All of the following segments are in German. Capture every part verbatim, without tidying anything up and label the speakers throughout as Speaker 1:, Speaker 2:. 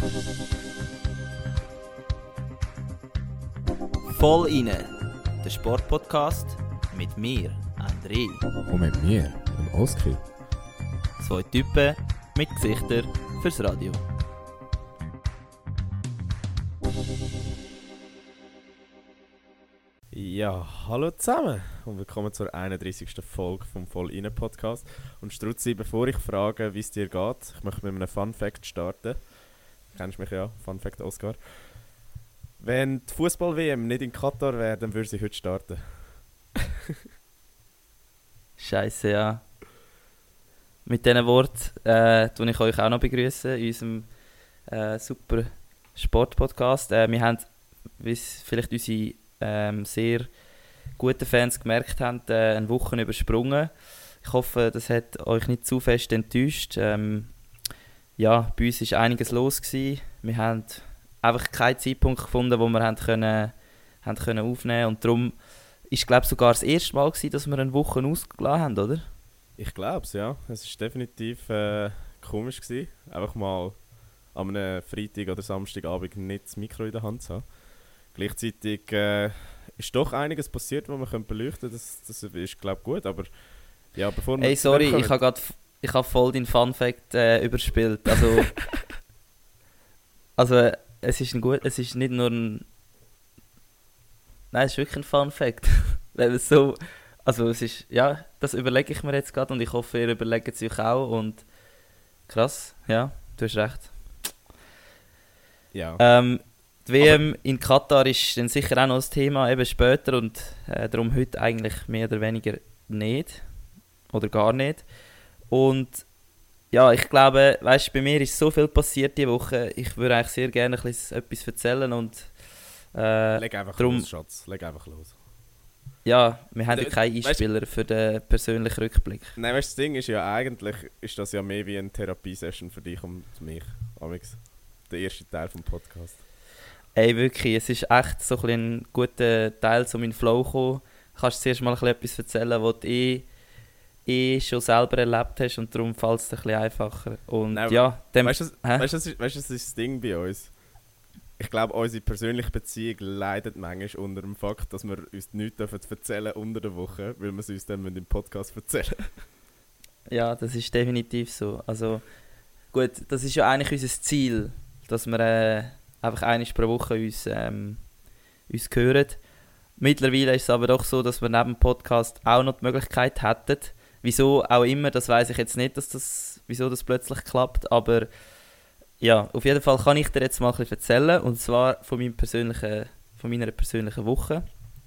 Speaker 1: Voll inne, der Sportpodcast mit mir, André.
Speaker 2: Und mit mir, dem Oskar.
Speaker 1: Zwei Typen mit Gesichtern fürs Radio.
Speaker 3: Ja, hallo zusammen und willkommen zur einunddreißigsten Folge vom Voll inne Podcast. Und Struzzi, bevor ich frage, wie es dir geht, ich möchte mit einem Fun Fact starten. Du kennst mich ja, Fun Fact Oskar. Wenn die Fußball-W M nicht in Katar wäre, dann würde sie heute starten.
Speaker 1: Scheisse, ja. Mit diesen Worten äh, begrüße ich euch auch noch begrüßen in unserem äh, super Sportpodcast. Äh, wir haben, wie es vielleicht unsere ähm, sehr guten Fans gemerkt haben, äh, eine Woche übersprungen. Ich hoffe, das hat euch nicht zu fest enttäuscht. Ähm, ja, bei uns war einiges los gewesen. Wir haben einfach keinen Zeitpunkt gefunden, wo wir haben können, haben können aufnehmen konnten. Und darum war es, glaube ich, sogar das erste Mal gewesen, dass wir eine Woche ausgelassen haben, oder?
Speaker 3: Ich glaube es, ja. Es war definitiv äh, komisch gewesen, einfach mal an einem Freitag oder Samstagabend nicht das Mikro in der Hand zu haben. Gleichzeitig äh, ist doch einiges passiert, was man beleuchten könnte. Das, das ist, glaube ich, gut. Aber ja, bevor wir
Speaker 1: Hey, sorry, ich habe gerade ich habe voll den Fun-Fact äh, überspielt. Also, also es ist ein gut, es ist nicht nur ein, nein, es ist wirklich ein Fun-Fact. Weil es so, also es ist, ja, das überlege ich mir jetzt gerade und ich hoffe, ihr überlegt es euch auch und krass, ja, du hast recht.
Speaker 3: Ja.
Speaker 1: Ähm, die W M Aber in Katar ist dann sicher auch noch das Thema, eben später und äh, darum heute eigentlich mehr oder weniger nicht oder gar nicht. Und ja, ich glaube, weißt, bei mir ist so viel passiert diese Woche, ich würde eigentlich sehr gerne ein bisschen etwas erzählen und äh,
Speaker 3: Leg einfach
Speaker 1: darum,
Speaker 3: los, Schatz, leg einfach los.
Speaker 1: Ja, wir haben ja
Speaker 3: D-
Speaker 1: keinen Einspieler weißt, für den persönlichen Rückblick.
Speaker 3: Nein, weißt, das Ding ist ja eigentlich, ist das ja mehr wie eine Therapiesession für dich und mich, Amix. Der erste Teil vom Podcast.
Speaker 1: Ey, wirklich, es ist echt so ein, ein guter Teil, so mein Flow gekommen. Kannst du zuerst mal ein etwas erzählen, was du eh, eh schon selber erlebt hast und darum fällt es dir ein bisschen einfacher. Und
Speaker 3: Nein,
Speaker 1: ja, dem,
Speaker 3: weißt du, weißt, das ist, weißt, das ist das Ding bei uns? Ich glaube, unsere persönliche Beziehung leidet manchmal unter dem Fakt, dass wir uns nichts erzählen dürfen unter der Woche, weil wir es uns dann im Podcast erzählen.
Speaker 1: Ja, das ist definitiv so. Also gut, das ist ja eigentlich unser Ziel, dass wir äh, einfach einmal pro Woche uns, ähm, uns hören. Mittlerweile ist es aber doch so, dass wir neben dem Podcast auch noch die Möglichkeit hätten. Wieso auch immer, das weiß ich jetzt nicht, dass das, wieso das plötzlich klappt, aber ja, auf jeden Fall kann ich dir jetzt mal ein bisschen erzählen, und zwar von, meinem persönlichen, von meiner persönlichen Woche.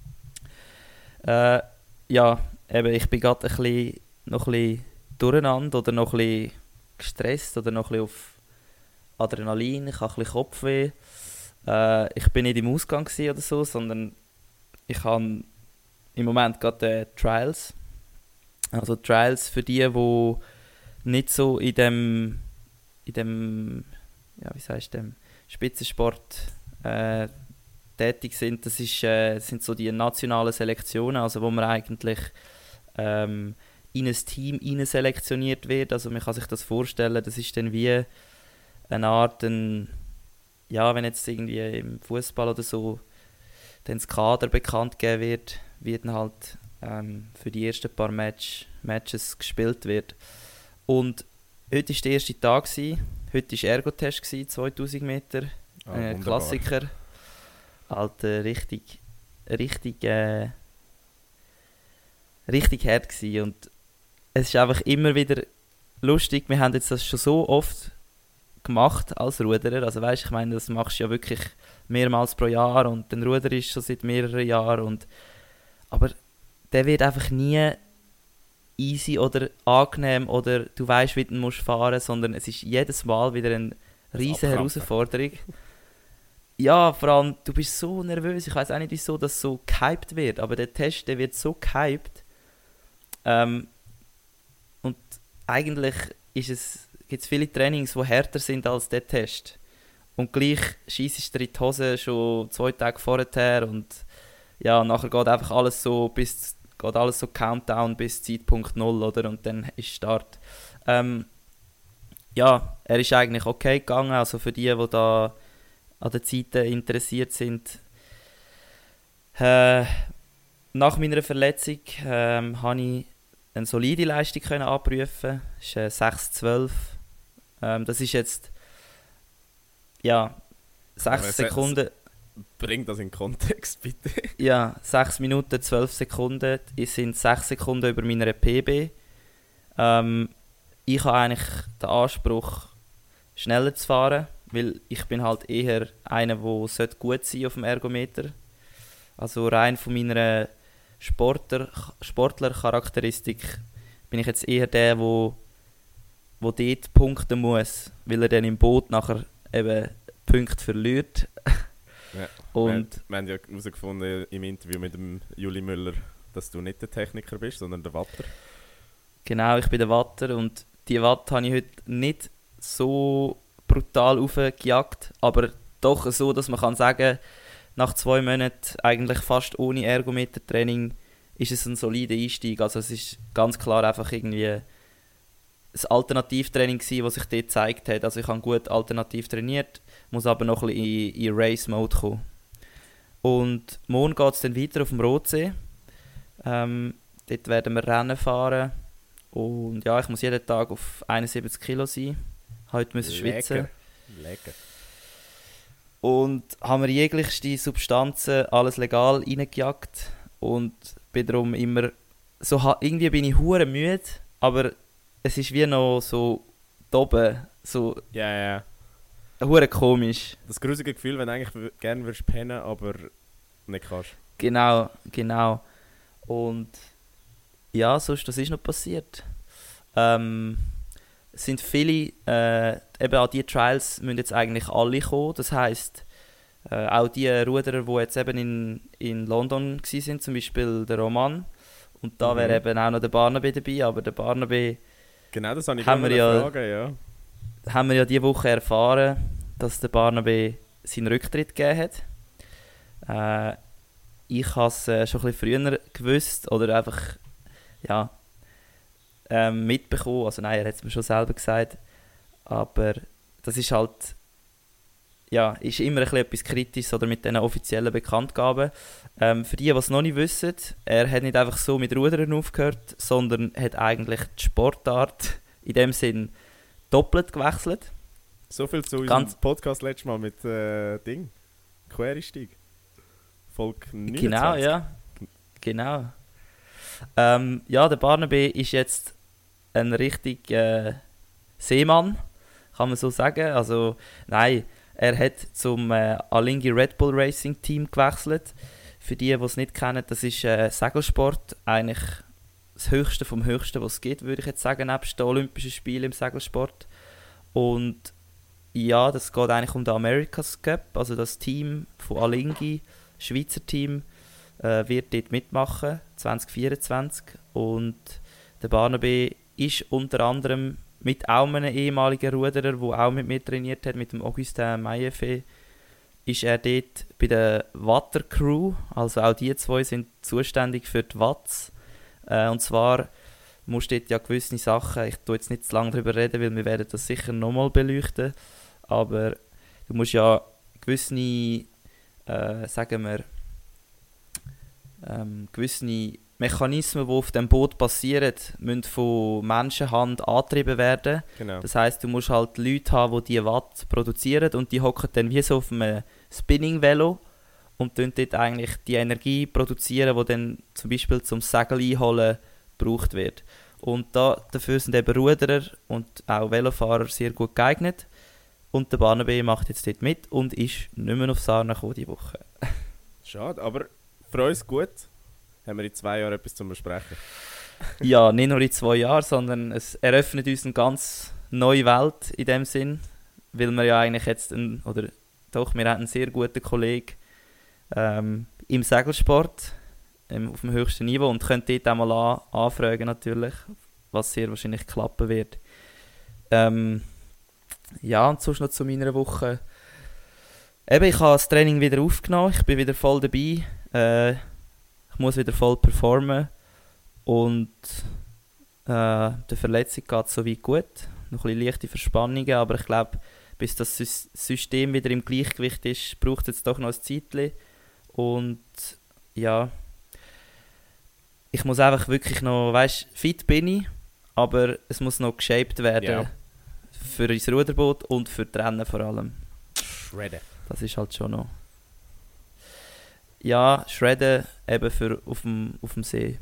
Speaker 1: Äh, ja, eben, ich bin gerade ein bisschen, noch ein bisschen durcheinander oder noch ein bisschen gestresst oder noch ein bisschen auf Adrenalin, ich habe ein bisschen Kopfweh. Äh, ich bin nicht im Ausgang oder so, sondern ich habe im Moment gerade äh, Trials. Also Trials für die, die nicht so in dem, in dem ja, wie sagst du, dem Spitzensport äh, tätig sind. Das, ist, äh, das sind so die nationalen Selektionen, also wo man eigentlich ähm, in ein Team rein selektioniert wird. Also man kann sich das vorstellen, das ist dann wie eine Art, ein, ja, wenn jetzt irgendwie im Fußball oder so dann das Kader bekannt gegeben wird, wie dann halt ähm, für die ersten paar Match, Matches gespielt wird. Und heute war der erste Tag, gewesen. Heute war Ergotest, zweitausend Meter,
Speaker 3: Ah,
Speaker 1: äh, Klassiker. Alter, richtig, richtig, äh, richtig hart gewesen. Und es ist einfach immer wieder lustig, wir haben jetzt das schon so oft gemacht als Ruderer, also weißt, ich meine, das machst du ja wirklich mehrmals pro Jahr und den Ruder ist schon seit mehreren Jahren und aber der wird einfach nie easy oder angenehm oder du weißt, wie du musst fahren, sondern es ist jedes Mal wieder eine riesige Herausforderung. Ja, vor allem, du bist so nervös, ich weiß auch nicht, wieso das so gehypt wird, aber der Test, der wird so gehypt ähm, und eigentlich ist es gibt es viele Trainings, die härter sind als der Test. Und gleich scheissest du in die Hose schon zwei Tage vorher und ja, nachher geht einfach alles so bis geht alles so Countdown bis Zeitpunkt null, oder? Und dann ist Start. Ähm, ja, er ist eigentlich okay gegangen. Also für die, die da an den Zeiten interessiert sind. Äh, nach meiner Verletzung ähm, habe ich eine solide Leistung können abrufen. Das ist äh, sechs zwölf. Ähm, das ist jetzt ja sechs Sekunden.
Speaker 3: Bring das in Kontext, bitte.
Speaker 1: Ja, sechs Minuten, zwölf Sekunden. Es sind sechs Sekunden über meiner P B. Ähm, ich habe eigentlich den Anspruch, schneller zu fahren, weil ich bin halt eher einer, der gut sein auf dem Ergometer. Also rein von meiner Sportler, Sportler-Charakteristik bin ich jetzt eher der, der, der dort punkten muss, weil er dann im Boot nachher eben Punkte verliert.
Speaker 3: Ja.
Speaker 1: Und
Speaker 3: wir, wir haben ja herausgefunden im Interview mit dem Juli Müller, dass du nicht der Techniker bist, sondern der Watter.
Speaker 1: Genau, ich bin der Watter und die Watt habe ich heute nicht so brutal aufgejagt, aber doch so, dass man kann sagen, nach zwei Monaten eigentlich fast ohne Ergometer-Training ist es ein solider Einstieg. Also es ist ganz klar einfach irgendwie ein Alternativtraining gewesen, das sich dort gezeigt hat. Also ich habe gut alternativ trainiert, muss aber noch ein bisschen in, in Race-Mode kommen. Und morgen geht es dann weiter auf dem Rotsee. Ähm, dort werden wir Rennen fahren. Und ja, ich muss jeden Tag auf einundsiebzig Kilo sein. Heute müssen schwitzen.
Speaker 3: Lecker.
Speaker 1: Und haben wir jeglichste Substanzen, alles legal reingejagt. Und bin darum immer so, irgendwie bin ich hure müde, aber es ist wie noch so oben, so
Speaker 3: ja, ja.
Speaker 1: hure komisch.
Speaker 3: Das gruselige Gefühl, wenn du eigentlich gerne würdest pennen, aber nicht kannst.
Speaker 1: Genau, genau. Und ja, sonst, das ist noch passiert. Ähm, es sind viele, äh, eben an diese Trials müssen jetzt eigentlich alle kommen. Das heisst, äh, auch die Ruderer, die jetzt eben in, in London waren, zum Beispiel der Roman. Und da mhm. wäre eben auch noch der Barnaby dabei, aber der Barnaby...
Speaker 3: Genau, das habe ich
Speaker 1: haben wir ja,
Speaker 3: Frage, ja.
Speaker 1: haben wir ja diese Woche erfahren, dass der Barnaby seinen Rücktritt gegeben hat. Äh, ich habe es äh, schon ein bisschen früher gewusst oder einfach ja, ähm, mitbekommen. Also nein, er hat es mir schon selber gesagt. Aber das ist halt ja, ist immer ein bisschen etwas Kritisches oder mit diesen offiziellen Bekanntgaben. Ähm, für die, die es noch nicht wissen, er hat nicht einfach so mit Rudern aufgehört, sondern hat eigentlich die Sportart in dem Sinn doppelt gewechselt.
Speaker 3: So viel zu
Speaker 1: Ganz
Speaker 3: unserem Podcast letztes Mal mit äh, Ding. Quereinstieg. Folge neunundzwanzig.
Speaker 1: Genau, ja. Genau. Ähm, ja, der Barnaby ist jetzt ein richtig äh, Seemann, kann man so sagen. Also, nein, er hat zum äh, Alinghi Red Bull Racing Team gewechselt. Für die, die es nicht kennen, das ist äh, Segelsport. Eigentlich das Höchste vom Höchsten, was es gibt, würde ich jetzt sagen, nebst den Olympischen Spielen im Segelsport. Und ja, das geht eigentlich um den America's Cup, also das Team von Alinghi, das Schweizer Team, äh, wird dort mitmachen, zwanzig vierundzwanzig. Und der Barnaby ist unter anderem mit auch einem ehemaligen Ruderer, der auch mit mir trainiert hat, mit dem Augustin Maillefe, ist er dort bei der Watter Crew, also auch die zwei sind zuständig für die Watts. Äh, und zwar musst du dort ja gewisse Sachen, ich tue jetzt nicht zu lange darüber reden, weil wir werden das sicher nochmal beleuchten, aber du musst ja gewisse, äh, sagen wir, ähm, gewisse Mechanismen, die auf dem Boot passieren, müssen von Menschenhand angetrieben werden.
Speaker 3: Genau.
Speaker 1: Das heisst, du musst halt Leute haben, die diese Watt produzieren und die hocken dann wie so auf einem Spinning-Velo und dort eigentlich die Energie produzieren, die dann zum Beispiel zum Segel einholen gebraucht wird. Und da, dafür sind eben Ruderer und auch Velofahrer sehr gut geeignet. Und der Barnaby macht jetzt dort mit und ist nicht mehr auf Sarne gekommen diese Woche.
Speaker 3: Schade, aber für uns gut. Haben wir in zwei Jahren etwas zu besprechen.
Speaker 1: Ja, nicht nur in zwei Jahren, sondern es eröffnet uns eine ganz neue Welt in dem Sinn. Weil wir ja eigentlich jetzt, einen, oder doch, wir haben einen sehr guten Kollegen ähm, im Segelsport ähm, auf dem höchsten Niveau und können dort auch mal an, anfragen natürlich, was sehr wahrscheinlich klappen wird. Ähm, ja, und sonst noch zu meiner Woche. Eben, ich habe das Training wieder aufgenommen, ich bin wieder voll dabei. Äh, ich muss wieder voll performen und äh, der Verletzung geht es soweit gut. noch ein bisschen leichte Verspannungen, aber ich glaube, bis das Sys- System wieder im Gleichgewicht ist, braucht es jetzt doch noch ein Zeitchen. Und ja, ich muss einfach wirklich noch, weißt, fit bin ich, aber es muss noch geshaped werden
Speaker 3: Ja.
Speaker 1: für unser Ruderboot und für die Rennen vor allem.
Speaker 3: Shredden.
Speaker 1: Das ist halt schon noch. Ja, Shredden eben für auf dem, auf dem See.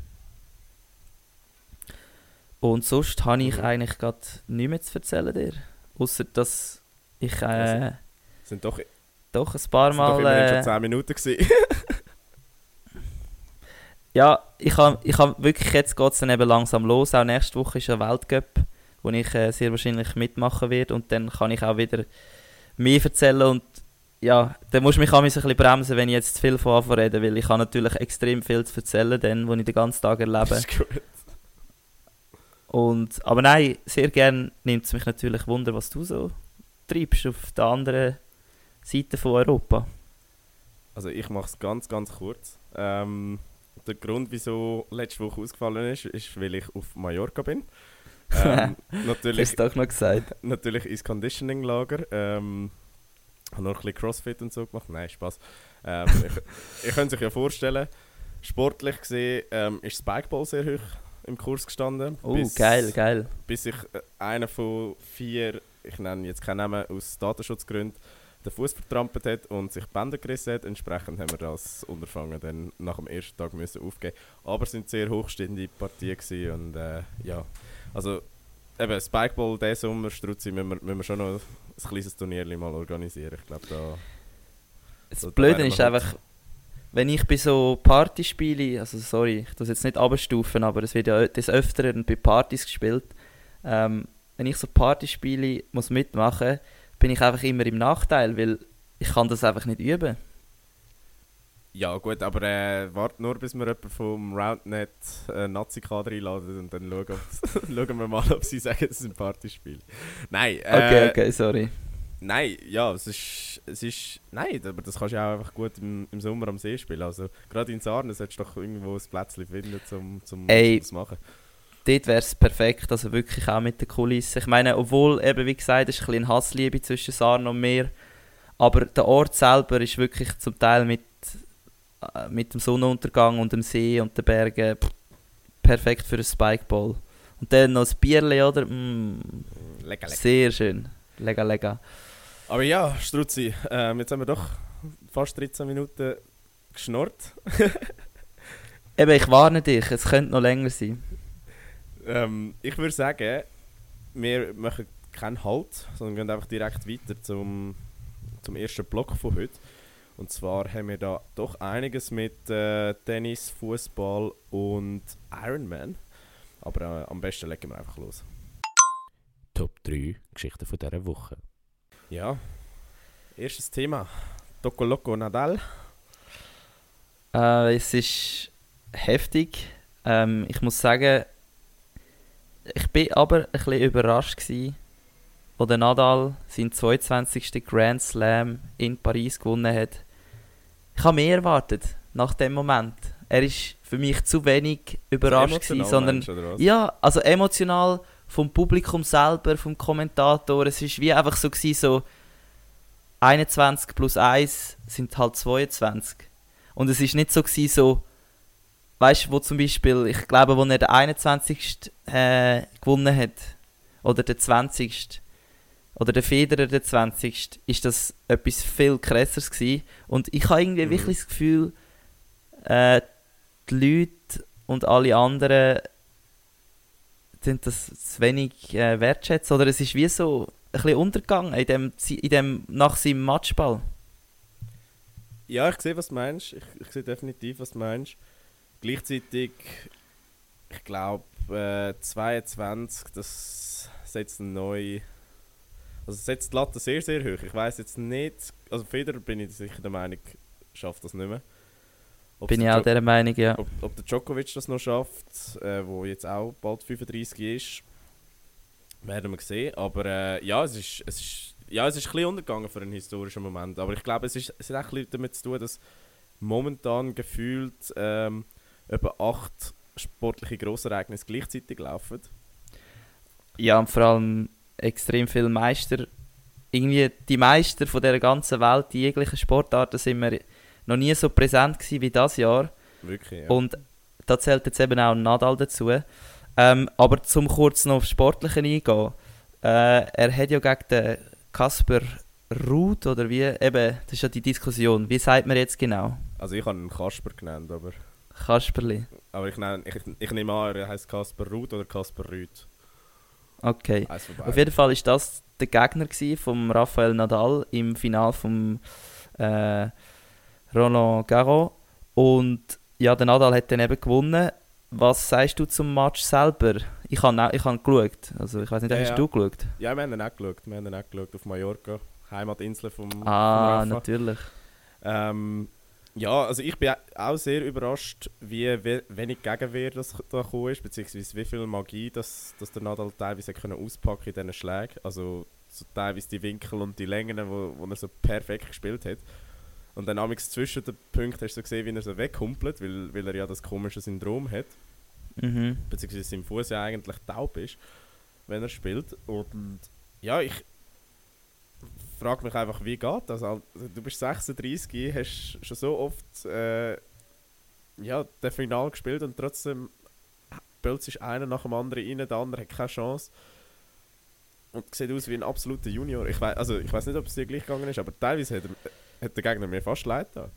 Speaker 1: Und sonst habe ich
Speaker 3: Mhm.
Speaker 1: eigentlich gerade nichts mehr zu erzählen dir. Ausser dass ich äh,
Speaker 3: Also, Sind doch, sind
Speaker 1: doch ein paar
Speaker 3: doch
Speaker 1: Mal.
Speaker 3: immerhin schon
Speaker 1: Äh,
Speaker 3: zehn Minuten gewesen.
Speaker 1: ja, ich habe ich hab wirklich, jetzt geht es dann eben langsam los. Auch nächste Woche ist ein Weltcup, wo ich äh, sehr wahrscheinlich mitmachen werde. Und dann kann ich auch wieder mehr erzählen. Und ja, dann musst du mich auch ein bisschen bremsen, wenn ich jetzt zu viel von Anfang rede, weil ich habe natürlich extrem viel zu erzählen, dann, wo ich den ganzen Tag erlebe.
Speaker 3: Das ist gut.
Speaker 1: Und, aber nein, sehr gerne nimmt es mich natürlich Wunder, was du so treibst auf der anderen Seite von Europa.
Speaker 3: Also ich mache es ganz, ganz kurz. Ähm, der Grund, wieso letzte Woche ausgefallen ist, ist, weil ich auf Mallorca bin. Ähm, natürlich,
Speaker 1: Hast du doch noch gesagt.
Speaker 3: natürlich ins Conditioning-Lager. Ähm, habe noch ein bisschen Crossfit und so gemacht. Nein, Spaß. Ähm, ich, ihr könnt sich ja vorstellen, sportlich gesehen ähm, ist Spikeball sehr hoch im Kurs gestanden.
Speaker 1: Oh,
Speaker 3: bis,
Speaker 1: geil, geil.
Speaker 3: Bis ich äh, einer von vier, ich nenne jetzt keinen Namen, aus Datenschutzgründen, den Fuß vertrampelt hat und sich die Bänder gerissen hat. Entsprechend haben wir das Unterfangen dann nach dem ersten Tag müssen aufgeben. Aber es sind sehr hochstehende Partien gewesen und äh, ja, also eben Spikeball diesen Sommer, Struzzi, müssen wir, müssen wir schon noch ein kleines Turnier mal organisieren. Ich glaube, da...
Speaker 1: Das
Speaker 3: So, da
Speaker 1: Blöde
Speaker 3: werden
Speaker 1: ist
Speaker 3: wir
Speaker 1: einfach, wenn ich bei so Partyspielen, also sorry, ich tue es jetzt nicht abstufen, aber es wird ja des Öfteren bei Partys gespielt. Ähm, wenn ich so Partyspiele muss mitmachen, bin ich einfach immer im Nachteil, weil ich kann das einfach nicht üben.
Speaker 3: Ja gut, aber äh, warte nur, bis wir jemanden vom Roundnet äh, Nazi-Kader einladen und dann schauen, ob's- schauen wir mal, ob sie sagen, es ist ein Partyspiel. Nein, äh,
Speaker 1: Okay, okay, sorry.
Speaker 3: Nein, ja, es ist, es ist... Nein, aber das kannst du ja auch einfach gut im, im Sommer am See spielen. Also gerade in Sarnen solltest du doch irgendwo ein Plätzchen finden, zum, zum,
Speaker 1: Ey.
Speaker 3: zum das machen.
Speaker 1: Dort wäre es perfekt, also wirklich auch mit der Kulisse. Ich meine, obwohl, eben wie gesagt, es ist ein bisschen Hassliebe zwischen Sarnen und mir, aber der Ort selber ist wirklich zum Teil mit, äh, mit dem Sonnenuntergang und dem See und den Bergen pff, perfekt für ein Spikeball. Und dann noch ein Bierli, oder? Mm,
Speaker 3: Lecker, lecker.
Speaker 1: sehr schön. Lega, lega.
Speaker 3: Aber ja, Struzzi, ähm, jetzt haben wir doch fast dreizehn Minuten geschnurrt.
Speaker 1: Eben, ich warne dich, es könnte noch länger sein.
Speaker 3: Ähm, ich würde sagen, wir machen keinen Halt, sondern gehen einfach direkt weiter zum, zum ersten Block von heute. Und zwar haben wir da doch einiges mit äh, Tennis, Fußball und Ironman. Aber äh, am besten legen wir einfach los.
Speaker 2: Top drei Geschichten von dieser Woche.
Speaker 3: Ja, erstes Thema. Toco Loco Nadal.
Speaker 1: Äh, es ist heftig. Ähm, ich muss sagen, ich bin aber ein bisschen überrascht gewesen, als der Nadal seinen zweiundzwanzigsten Grand Slam in Paris gewonnen hat. Ich habe mehr erwartet nach dem Moment. Er ist für mich zu wenig überrascht gewesen, sondern
Speaker 3: meinst du, oder was?
Speaker 1: ja, also emotional vom Publikum selber, vom Kommentator. Es ist wie einfach so gewesen, so einundzwanzig plus eins sind halt zweiundzwanzig. Und es ist nicht so gewesen, so, weißt du, wo zum Beispiel, ich glaube, wo er den einundzwanzigsten Äh, gewonnen hat, oder den zwanzigsten oder der Federer den zwanzigsten ist das etwas viel krasseres gewesen. Und ich habe irgendwie
Speaker 3: Mhm.
Speaker 1: wirklich das Gefühl, äh, die Leute und alle anderen sind das zu wenig äh, wertschätzen. Oder es ist wie so ein bisschen untergegangen in dem, in dem, nach seinem Matchball.
Speaker 3: Ja, ich sehe, was du meinst. Ich, ich sehe definitiv, was du meinst. Gleichzeitig, ich glaube, äh, zweiundzwanzig, das setzt ein neu. Also setzt die Latte sehr, sehr hoch. Ich weiß jetzt nicht, also Federer bin ich sicher der Meinung, schafft das nicht mehr. Ob's
Speaker 1: Bin ich
Speaker 3: der
Speaker 1: auch
Speaker 3: Jo-
Speaker 1: dieser Meinung, ja.
Speaker 3: Ob, ob der Djokovic das noch schafft, äh, wo jetzt auch bald fünfunddreißig ist, werden wir sehen. Aber äh, ja, es ist, es ist, ja, es ist ein bisschen untergegangen für einen historischen Moment. Aber ich glaube, es, ist, es hat auch ein bisschen damit zu tun, dass momentan gefühlt ähm, etwa acht sportliche Grossereignisse gleichzeitig laufen.
Speaker 1: Ja, und vor allem extrem viele Meister. Irgendwie die Meister von der ganzen Welt, die jeglichen Sportarten, sind wir noch nie so präsent gewesen wie dieses Jahr.
Speaker 3: Wirklich, ja.
Speaker 1: Und da zählt jetzt eben auch Nadal dazu. Ähm, aber zum kurz noch auf Sportliche eingehen. Äh, er hat ja gegen den Kasper Ruud, oder wie, eben, das ist ja die Diskussion. Wie sagt man jetzt genau?
Speaker 3: Also ich habe ihn Kasper genannt, aber...
Speaker 1: Kasperli.
Speaker 3: Aber ich, nenne, ich, ich nehme an, er heisst Kasper Ruud oder Kasper Rüd.
Speaker 1: Okay. Auf jeden Fall war das der Gegner von Rafael Nadal im Finale vom äh, Roland Garros. Und ja, der Nadal hat dann eben gewonnen. Was sagst du zum Match selber? Ich habe ich hab geschaut. Also ich weiß nicht,
Speaker 3: Ja,
Speaker 1: hast
Speaker 3: ja.
Speaker 1: du geschaut?
Speaker 3: Ja, wir haben ihn auch geschaut. Wir haben ihn auch geschaut auf Mallorca, Heimatinsel vom,
Speaker 1: Ah,
Speaker 3: vom Rafa.
Speaker 1: natürlich.
Speaker 3: Ähm, ja, also ich bin auch sehr überrascht, wie we- wenig Gegenwehr das da gekommen ist, beziehungsweise wie viel Magie das, das der Nadal teilweise können auspacken in diesen Schlägen. Also so teilweise die Winkel und die Längen, wo, wo er so perfekt gespielt hat. Und dann amigs zwischen den Punkten hast du so gesehen, wie er so wegkumpelt, weil, weil er ja das komische Syndrom hat.
Speaker 1: Mhm.
Speaker 3: Beziehungsweise sein Fuß ja eigentlich taub ist, wenn er spielt. Und ja, ich frage mich einfach, wie geht das? Also, du bist sechsunddreißig, hast schon so oft äh, ja, das Finale gespielt und trotzdem plötzlich einer nach dem anderen rein, der andere hat keine Chance. Und sieht aus wie ein absoluter Junior. Ich weiß also, ich weiß nicht, ob es dir gleich gegangen ist, aber teilweise hat, er, hat der Gegner mir fast leid getan.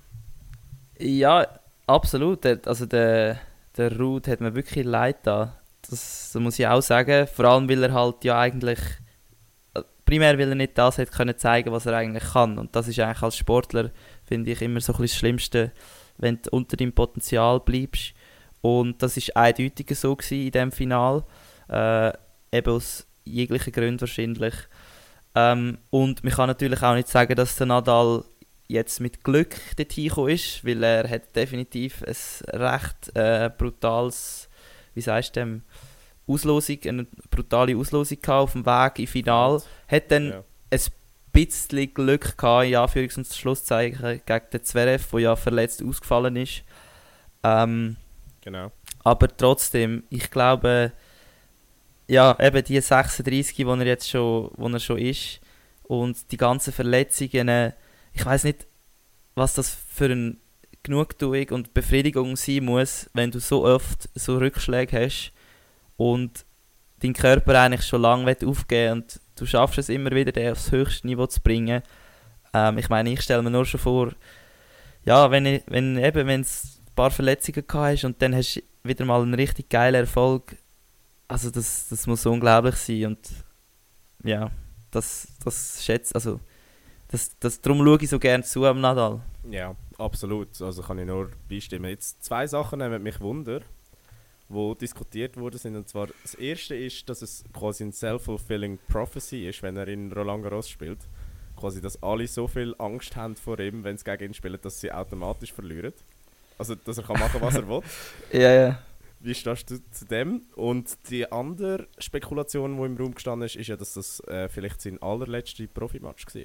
Speaker 1: Ja, absolut. Der- Also der, der Ruud hat mir wirklich leid da. Das, das muss ich auch sagen. Vor allem, weil er halt ja eigentlich... Primär, weil er nicht das hat können zeigen, was er eigentlich kann. Und das ist eigentlich als Sportler, finde ich, immer so ein bisschen das Schlimmste, wenn du unter deinem Potenzial bleibst. Und das war eindeutig so gewesen in diesem Finale. Äh, eben aus jeglichen Gründen wahrscheinlich. Ähm, und man kann natürlich auch nicht sagen, dass der Nadal jetzt mit Glück dorthin gekommen ist, weil er hat definitiv ein recht äh, brutales, wie sagst du dem, Auslosung, eine brutale Auslosung gehabt auf dem Weg im Finale. Hat dann
Speaker 3: Ja.
Speaker 1: ein bisschen Glück gehabt, in Anführungs- und Schlusszeichen, gegen den Zverev, der ja verletzt ausgefallen ist. Ähm,
Speaker 3: Genau.
Speaker 1: aber trotzdem, ich glaube, ja, eben die sechsunddreißig, wo er jetzt schon, wo er schon ist, und die ganzen Verletzungen, äh, ich weiß nicht, was das für eine Genugtuung und Befriedigung sein muss, wenn du so oft so Rückschläge hast und dein Körper eigentlich schon lange aufgeben und du schaffst es immer wieder, den aufs höchste Niveau zu bringen. Ähm, ich meine, ich stelle mir nur schon vor, ja, wenn ich, wenn eben, wenn es ein paar Verletzungen gehabt hast und dann hast du wieder mal einen richtig geilen Erfolg, also das, das muss so unglaublich sein und ja, das, das schätze, also das, das, darum schaue ich so gerne zu am Nadal.
Speaker 3: Ja, absolut. Also kann ich nur beistimmen. Jetzt zwei Sachen nehmen mich Wunder, die diskutiert worden sind. Und zwar, das erste ist, dass es quasi ein self-fulfilling prophecy ist, wenn er in Roland Garros spielt. Quasi, dass alle so viel Angst haben vor ihm, wenn sie gegen ihn spielen, dass sie automatisch verlieren. Also, dass er kann machen, was er will.
Speaker 1: Ja, ja.
Speaker 3: Wie stehst du zu dem? Und die andere Spekulation, die im Raum gestanden ist, ist ja, dass das äh, vielleicht sein allerletzter Profimatch war.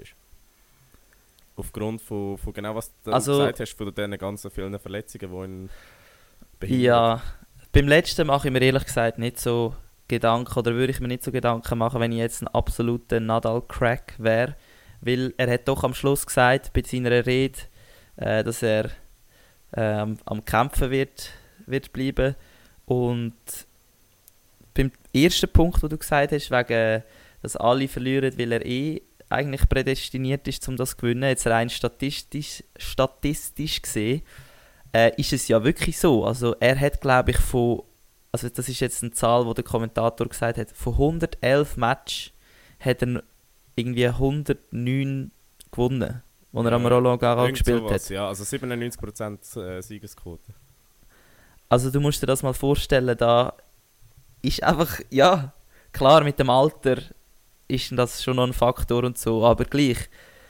Speaker 3: Aufgrund von, von genau was du
Speaker 1: Also-
Speaker 3: gesagt hast, von diesen ganzen vielen Verletzungen, die ihn behindern.
Speaker 1: Ja, beim letzten mache ich mir ehrlich gesagt nicht so Gedanken, oder würde ich mir nicht so Gedanken machen, wenn ich jetzt ein absoluter Nadal-Crack wäre. Weil er hat doch am Schluss gesagt, bei seiner Rede, äh, dass er äh, am, am Kämpfen wird, wird bleiben. Und beim ersten Punkt, den du gesagt hast, wegen, dass alle verlieren, weil er eh eigentlich prädestiniert ist, um das zu gewinnen, jetzt rein statistisch, statistisch gesehen, äh, ist es ja wirklich so. Also er hat, glaube ich, von, also das ist jetzt eine Zahl, die der Kommentator gesagt hat, von hundertelf Matches hat er irgendwie hundertneun gewonnen, wo er am Roland Garros
Speaker 3: Irgend
Speaker 1: gespielt
Speaker 3: sowas,
Speaker 1: hat.
Speaker 3: Ja, also siebenundneunzig Prozent äh, Siegesquote.
Speaker 1: Also du musst dir das mal vorstellen, da ist einfach, ja, klar mit dem Alter ist das schon noch ein Faktor und so, aber gleich.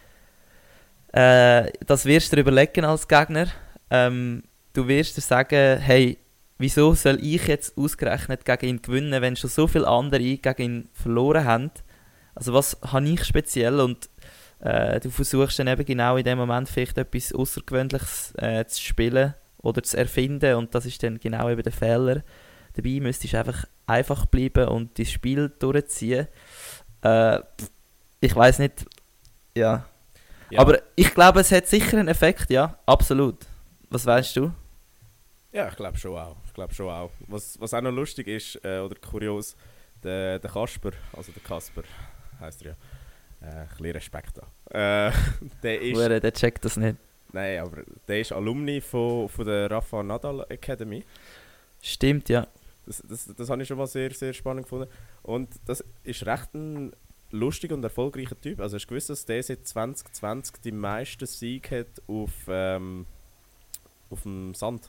Speaker 1: Äh, das wirst du dir überlegen als Gegner. Ähm, du wirst dir sagen, hey, wieso soll ich jetzt ausgerechnet gegen ihn gewinnen, wenn schon so viele andere gegen ihn verloren haben? Also was habe ich speziell? Und äh, du versuchst dann eben genau in dem Moment vielleicht etwas Außergewöhnliches äh, zu spielen oder zu erfinden und das ist dann genau eben der Fehler. Dabei müsstest du einfach einfach bleiben und das Spiel durchziehen. Äh, ich weiß nicht, ja.
Speaker 3: Ja.
Speaker 1: Aber ich glaube, es hat sicher einen Effekt, ja, absolut. Was weißt du?
Speaker 3: Ja, ich glaube schon auch. Ich glaube schon auch. Was, was auch noch lustig ist, äh, oder kurios, der, der Kasper, also der Kasper, heisst er ja, äh, ein bisschen Respekt da. Äh, der ist,
Speaker 1: Hure, der checkt das nicht.
Speaker 3: nein, aber der ist Alumni von, von der Rafa Nadal Academy.
Speaker 1: Stimmt, ja.
Speaker 3: Das, das, das habe ich schon mal sehr, sehr spannend gefunden. Und das ist recht ein lustiger und erfolgreicher Typ. Also hast du gewusst, dass der seit zwanzig zwanzig die meisten Siege hat auf, ähm, auf dem Sand?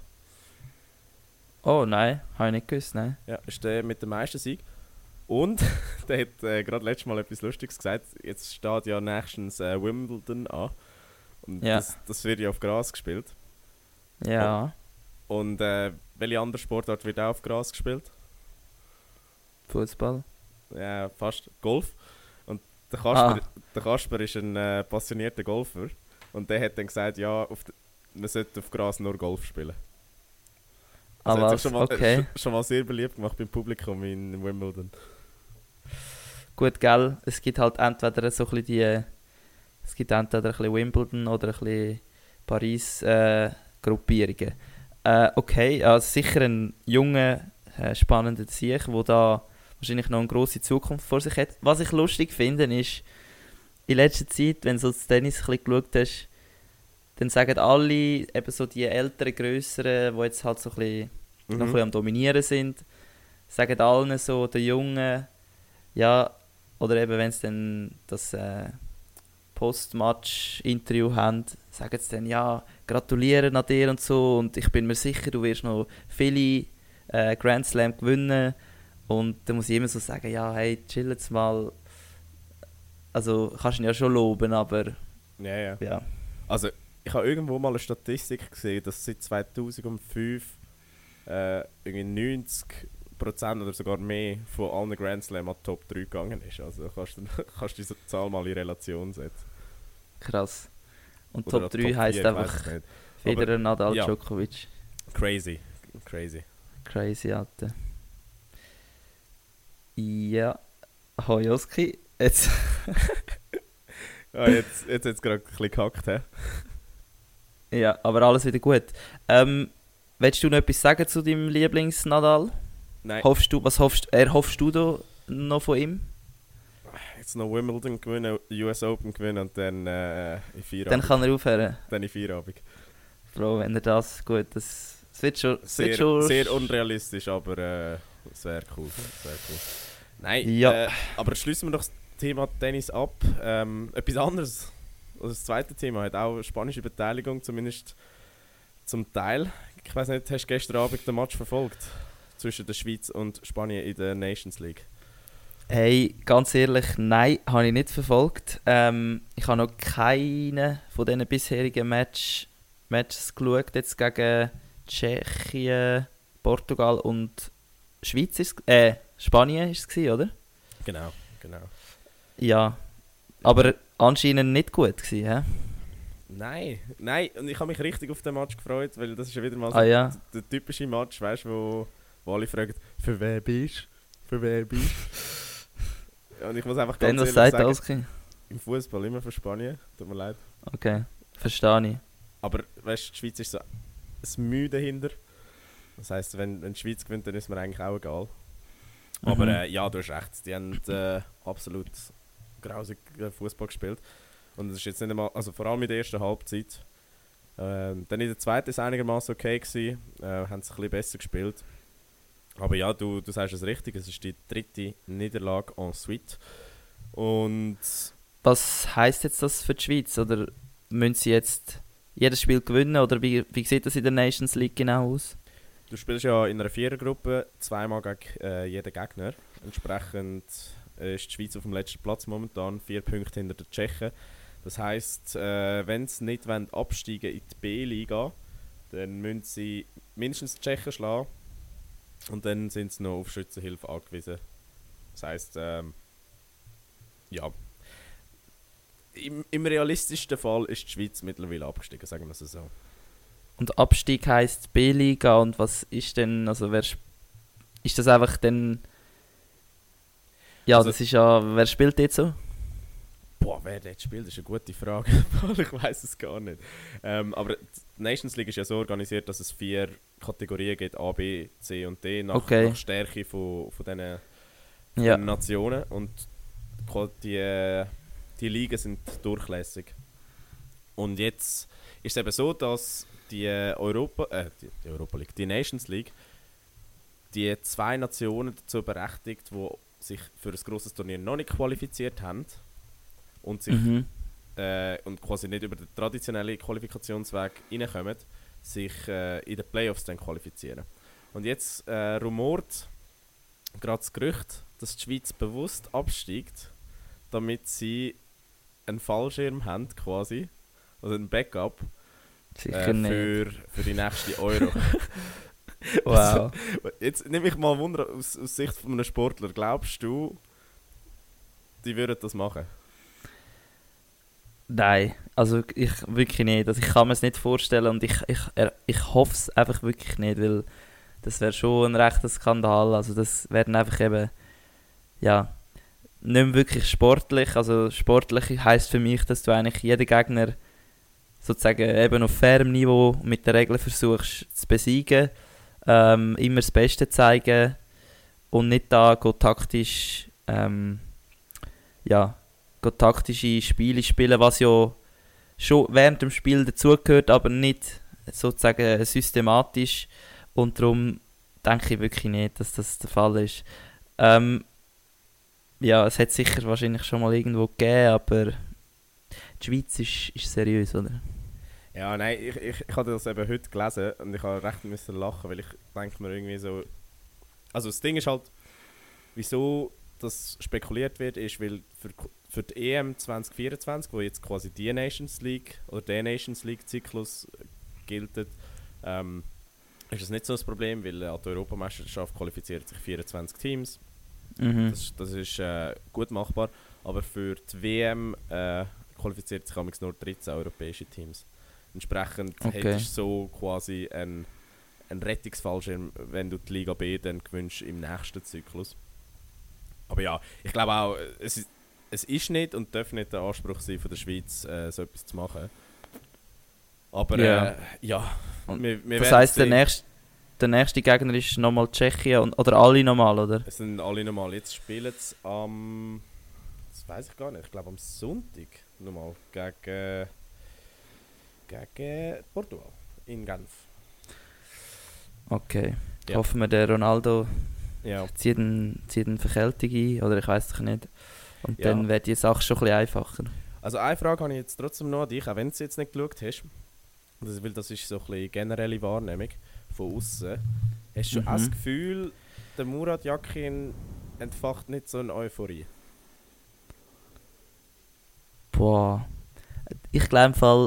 Speaker 1: Oh nein, habe ich nicht gewusst, nein.
Speaker 3: Ja, ist der mit dem meisten Sieg. Und der hat äh, gerade letztes Mal etwas Lustiges gesagt. Jetzt steht ja nächstens äh, Wimbledon an. Und
Speaker 1: Ja.
Speaker 3: das, das wird ja auf Gras gespielt.
Speaker 1: Ja,
Speaker 3: Und äh, welche andere Sportart wird auch auf Gras gespielt?
Speaker 1: Fußball.
Speaker 3: Ja, fast Golf. Und der Kasper,
Speaker 1: Ah.
Speaker 3: der Kasper ist ein äh, passionierter Golfer. Und der hat dann gesagt, ja, auf de, man sollte auf Gras nur Golf spielen.
Speaker 1: Ah,
Speaker 3: Also hat sich
Speaker 1: was?
Speaker 3: schon mal,
Speaker 1: Okay.
Speaker 3: schon, schon mal sehr beliebt gemacht beim Publikum in Wimbledon.
Speaker 1: Gut, gell, es gibt halt entweder so ein bisschen die... Es gibt entweder ein bisschen Wimbledon oder ein bisschen Paris äh, Gruppierungen. Äh, okay, also sicher ein junger, äh, spannender Sieg, der da wahrscheinlich noch eine grosse Zukunft vor sich hat. Was ich lustig finde, ist, in letzter Zeit, wenn du so das Tennis ein bisschen geschaut hast, dann sagen alle, eben so die älteren, grösseren, die jetzt halt so ein bisschen,
Speaker 3: Mhm.
Speaker 1: noch ein bisschen am Dominieren sind, sagen allen so, der Jungen, ja, oder eben wenn sie dann das äh, Post-Match-Interview haben, sagen sie dann, ja, gratulieren an dir und so und ich bin mir sicher, du wirst noch viele äh, Grand Slam gewinnen. Und dann muss ich immer so sagen, ja, hey, chill jetzt mal. Also kannst ihn ja schon loben, aber
Speaker 3: Ja, ja.
Speaker 1: ja.
Speaker 3: Also, ich habe irgendwo mal eine Statistik gesehen, dass seit zweitausendfünf äh, irgendwie neunzig Prozent oder sogar mehr von allen Grand Slam an die Top drei gegangen ist. Also kannst du kannst diese Zahl mal in Relation setzen.
Speaker 1: Krass. Und
Speaker 3: Oder
Speaker 1: Top
Speaker 3: an
Speaker 1: drei
Speaker 3: vier,
Speaker 1: heisst
Speaker 3: ich weiss
Speaker 1: einfach
Speaker 3: es nicht.
Speaker 1: Federer, Nadal,
Speaker 3: ja.
Speaker 1: Djokovic.
Speaker 3: Crazy. Crazy.
Speaker 1: Crazy, Alter. Ja. Hojoski, jetzt.
Speaker 3: Ah, jetzt jetzt hat es gerade ein bisschen gehackt, hä?
Speaker 1: Ja, aber alles wieder gut. Ähm, willst du noch etwas sagen zu deinem Lieblings-Nadal?
Speaker 3: Nein,
Speaker 1: Hoffst du, was hoffst, er hoffst du da noch von ihm?
Speaker 3: jetzt noch Wimbledon gewinnen, U S Open gewinnen und dann äh, in vier
Speaker 1: Dann kann er aufhören.
Speaker 3: Dann in Feierabend.
Speaker 1: Bro, wenn er das, gut, das, das wird schon... Das
Speaker 3: Sehr,
Speaker 1: wird schon
Speaker 3: sehr unrealistisch, aber äh, es wäre cool. Es wär cool. Nein,
Speaker 1: Ja.
Speaker 3: äh, aber schließen wir doch das Thema Tennis ab. Ähm, etwas anderes. Also das zweite Thema hat auch spanische Beteiligung, zumindest zum Teil. Ich weiß nicht, hast du gestern Abend den Match verfolgt? Zwischen der Schweiz und Spanien in der Nations League?
Speaker 1: Hey, ganz ehrlich, nein, habe ich nicht verfolgt. Ähm, ich habe noch keinen von diesen bisherigen Match, Matches geschaut, jetzt gegen Tschechien, Portugal und Schweiz ist äh, Spanien ist es gewesen, oder?
Speaker 3: Genau, genau.
Speaker 1: Ja, aber anscheinend nicht gut gewesen, hä?
Speaker 3: Nein, nein, und ich habe mich richtig auf den Match gefreut, weil das ist ja wieder mal so
Speaker 1: Ah ja,
Speaker 3: der, der typische Match, weißt du, wo, wo alle fragen, für wer bist du? Für wer bist du? Und ich muss einfach
Speaker 1: dann
Speaker 3: ganz
Speaker 1: was
Speaker 3: ehrlich
Speaker 1: sagt
Speaker 3: sagen,
Speaker 1: alles gewesen?
Speaker 3: im Fußball immer für Spanien, tut mir leid.
Speaker 1: Okay, verstehe ich.
Speaker 3: Aber weißt du, die Schweiz ist so ein Mühe dahinter. Das heisst, wenn, wenn die Schweiz gewinnt, dann ist mir eigentlich auch egal. Aber
Speaker 1: Mhm.
Speaker 3: äh, ja, du hast recht, die haben äh, absolut grausig äh, Fußball gespielt. Und es ist jetzt nicht einmal, also vor allem in der ersten Halbzeit. Ähm, dann in der zweiten war es einigermaßen okay gewesen, äh, haben es ein bisschen besser gespielt. Aber ja, du, du sagst es richtig, es ist die dritte Niederlage en suite. Und
Speaker 1: Was heisst jetzt das für die Schweiz? Oder müssen sie jetzt jedes Spiel gewinnen? Oder wie, wie sieht das in der Nations League genau aus?
Speaker 3: du spielst ja in einer Vierergruppe zweimal gegen äh, jeden Gegner. Entsprechend äh, ist die Schweiz auf dem letzten Platz momentan, vier Punkte hinter den Tschechen. Das heisst, äh, wenn sie nicht wollen, absteigen in die B-Liga, dann müssen sie mindestens die Tschechen schlagen. Und dann sind sie noch auf Schützenhilfe angewiesen. Das heisst, ähm, ja. Im, Im realistischsten Fall ist die Schweiz mittlerweile abgestiegen, sagen wir es so.
Speaker 1: Und Abstieg heisst B-Liga und was ist denn, also wer, sp- ist das einfach dann... Ja,
Speaker 3: Also-
Speaker 1: das ist ja... Wer spielt jetzt so?
Speaker 3: Boah, wer dort spielt, ist eine gute Frage. Ich weiß es gar nicht. Ähm, aber die Nations League ist ja so organisiert, dass es vier Kategorien gibt: A, B, C und D, nach,
Speaker 1: Okay.
Speaker 3: nach Stärke von, von diesen von
Speaker 1: Ja.
Speaker 3: den Nationen. Und qua- die, äh, die Ligen sind durchlässig. Und jetzt ist es eben so, dass die Europa, äh, die, die Europa League, die Nations League, die zwei Nationen dazu berechtigt, die sich für ein grosses Turnier noch nicht qualifiziert haben und sich
Speaker 1: Mhm.
Speaker 3: äh, und quasi nicht über den traditionellen Qualifikationsweg reinkommen, sich äh, in den Playoffs dann qualifizieren. Und jetzt äh, rumort gerade das Gerücht, dass die Schweiz bewusst absteigt, damit sie einen Fallschirm haben quasi, also ein Backup
Speaker 1: Sicher
Speaker 3: äh,
Speaker 1: nicht.
Speaker 3: für, für die nächste Euro.
Speaker 1: Wow.
Speaker 3: Jetzt nehme ich mal Wunder aus, aus Sicht von einem Sportler. Glaubst du, die würden das machen?
Speaker 1: Nein, also ich wirklich nicht. Also ich kann mir es nicht vorstellen und ich, ich, er- ich hoffe es einfach wirklich nicht, weil das wäre schon ein rechter Skandal. Also das wäre dann einfach eben, ja, nicht mehr wirklich sportlich. Also sportlich heisst für mich, dass du eigentlich jeden Gegner sozusagen eben auf fairem Niveau mit den Regeln versuchst zu besiegen, ähm, immer das Beste zeigen und nicht da go taktisch, ähm, ja, go taktische Spiele spielen, was ja schon während dem Spiel dazugehört, aber nicht sozusagen systematisch. Und darum denke ich wirklich nicht, dass das der Fall ist. Ähm, ja, es hat sicher wahrscheinlich schon mal irgendwo gegeben, aber die Schweiz ist, ist seriös, oder?
Speaker 3: Ja, nein, ich, ich, ich habe das eben heute gelesen und ich habe recht müssen lachen, weil ich denke mir irgendwie so... Also das Ding ist halt, wieso das spekuliert wird, ist, weil für, für die E M zwanzig vierundzwanzig, wo jetzt quasi die Nations League oder der Nations League Zyklus gilt, ähm, ist das nicht so ein Problem, weil an der Europameisterschaft qualifizieren sich vierundzwanzig Teams.
Speaker 1: Mhm.
Speaker 3: Das, das ist äh, gut machbar, aber für die W M äh, qualifiziert sich amigs nur dreizehn europäische Teams. Entsprechend
Speaker 1: Okay.
Speaker 3: hättest du so quasi einen, einen Rettungsfallschirm, wenn du die Liga B dann gewünscht im nächsten Zyklus. Aber ja, ich glaube auch, es ist, es ist nicht und darf nicht der Anspruch sein von der Schweiz, äh, so etwas zu machen. Aber
Speaker 1: Ja.
Speaker 3: äh, ja,
Speaker 1: Und
Speaker 3: wir, wir
Speaker 1: Das
Speaker 3: werden
Speaker 1: heisst, der
Speaker 3: sehen.
Speaker 1: nächste, der nächste Gegner ist nochmal Tschechien und, oder alle nochmal, oder?
Speaker 3: Es sind alle normal. Jetzt spielen sie am... Das weiß ich gar nicht. Ich glaube am Sonntag nochmal gegen... gegen Portugal in Genf.
Speaker 1: Okay.
Speaker 3: Ja.
Speaker 1: Hoffen wir, der Ronaldo
Speaker 3: Ja.
Speaker 1: zieht eine, zieht eine Verkältung ein, oder ich weiß es nicht. Und
Speaker 3: Ja.
Speaker 1: dann wird die Sache schon ein bisschen einfacher.
Speaker 3: Also eine Frage habe ich jetzt trotzdem noch an dich, auch wenn du es jetzt nicht geschaut hast. Das, weil das ist so ein bisschen generelle Wahrnehmung von außen. Hast du
Speaker 1: Mhm.
Speaker 3: auch das Gefühl, der Murat Yakin entfacht nicht so eine Euphorie?
Speaker 1: Boah. Ich glaube im Fall,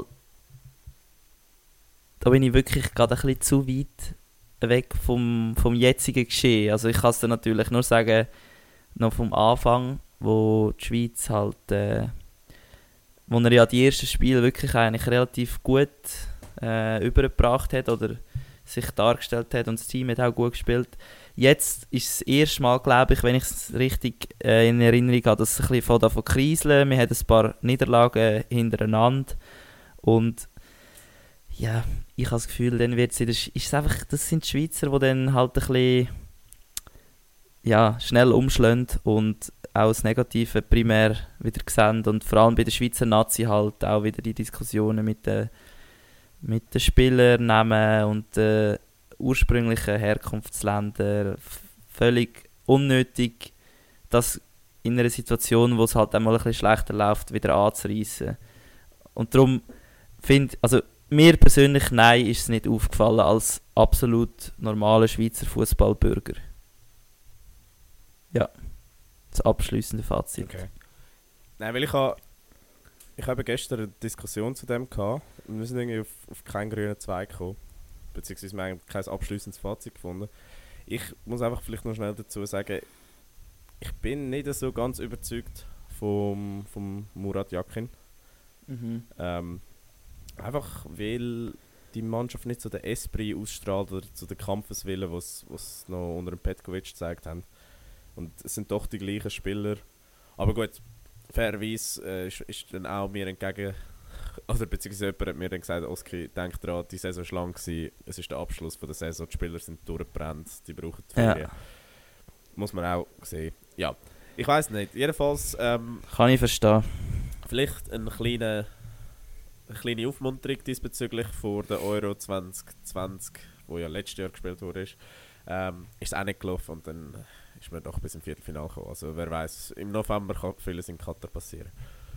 Speaker 1: da bin ich wirklich gerade ein bisschen zu weit weg vom, vom jetzigen Geschehen. Also ich kann es dir natürlich nur sagen, noch vom Anfang, wo die Schweiz halt, äh, wo er ja die ersten Spiele wirklich eigentlich relativ gut äh, übergebracht hat oder sich dargestellt hat und das Team hat auch gut gespielt. Jetzt ist es das erste Mal, glaube ich, wenn ich es richtig äh, in Erinnerung habe, dass es ein bisschen von davon kriseln. Wir haben ein paar Niederlagen hintereinander und ja, ich habe das Gefühl, dann wird es in der Sch- ist es einfach, das sind die Schweizer, die dann halt ein bisschen ja, schnell umschlagen und auch das Negative primär wieder sehen und vor allem bei der Schweizer Nazi halt auch wieder die Diskussionen mit den mit den Spielernamen und den ursprünglichen Herkunftsländern f- völlig unnötig, das in einer Situation, wo es halt einmal ein bisschen schlechter läuft, wieder anzureissen. Und darum finde also mir persönlich, nein, ist es nicht aufgefallen als absolut normaler Schweizer Fußballbürger. Ja, das abschliessende Fazit.
Speaker 3: Okay. Nein, weil ich habe ich habe gestern eine Diskussion zu dem gehabt. Wir sind irgendwie auf, auf keinen grünen Zweig gekommen. Beziehungsweise wir haben kein abschließendes Fazit gefunden. Ich muss einfach vielleicht noch schnell dazu sagen, ich bin nicht so ganz überzeugt vom, vom Murat Yakin.
Speaker 1: Mhm.
Speaker 3: Ähm, einfach weil die Mannschaft nicht so den Esprit ausstrahlt oder so den Kampfeswillen, was es noch unter dem Petkovic gezeigt haben. Und es sind doch die gleichen Spieler. Aber gut, fairerweise äh, ist, ist dann auch mir entgegen, oder beziehungsweise jemand hat mir dann gesagt, Oski, denk dran, die Saison war lang gewesen, es ist der Abschluss von der Saison, die Spieler sind durchgebrannt, die brauchen die Ferien. Ja. Muss man auch sehen. Ja, ich weiss nicht. Jedenfalls ähm,
Speaker 1: kann ich verstehen.
Speaker 3: Vielleicht eine kleine, eine kleine Aufmunterung diesbezüglich vor der Euro zwanzig zwanzig, wo ja letztes Jahr gespielt wurde. Ähm, ist es auch nicht gelaufen und dann ist man doch bis im Viertelfinale gekommen. Also wer weiß, im November kann vieles in Katar passieren.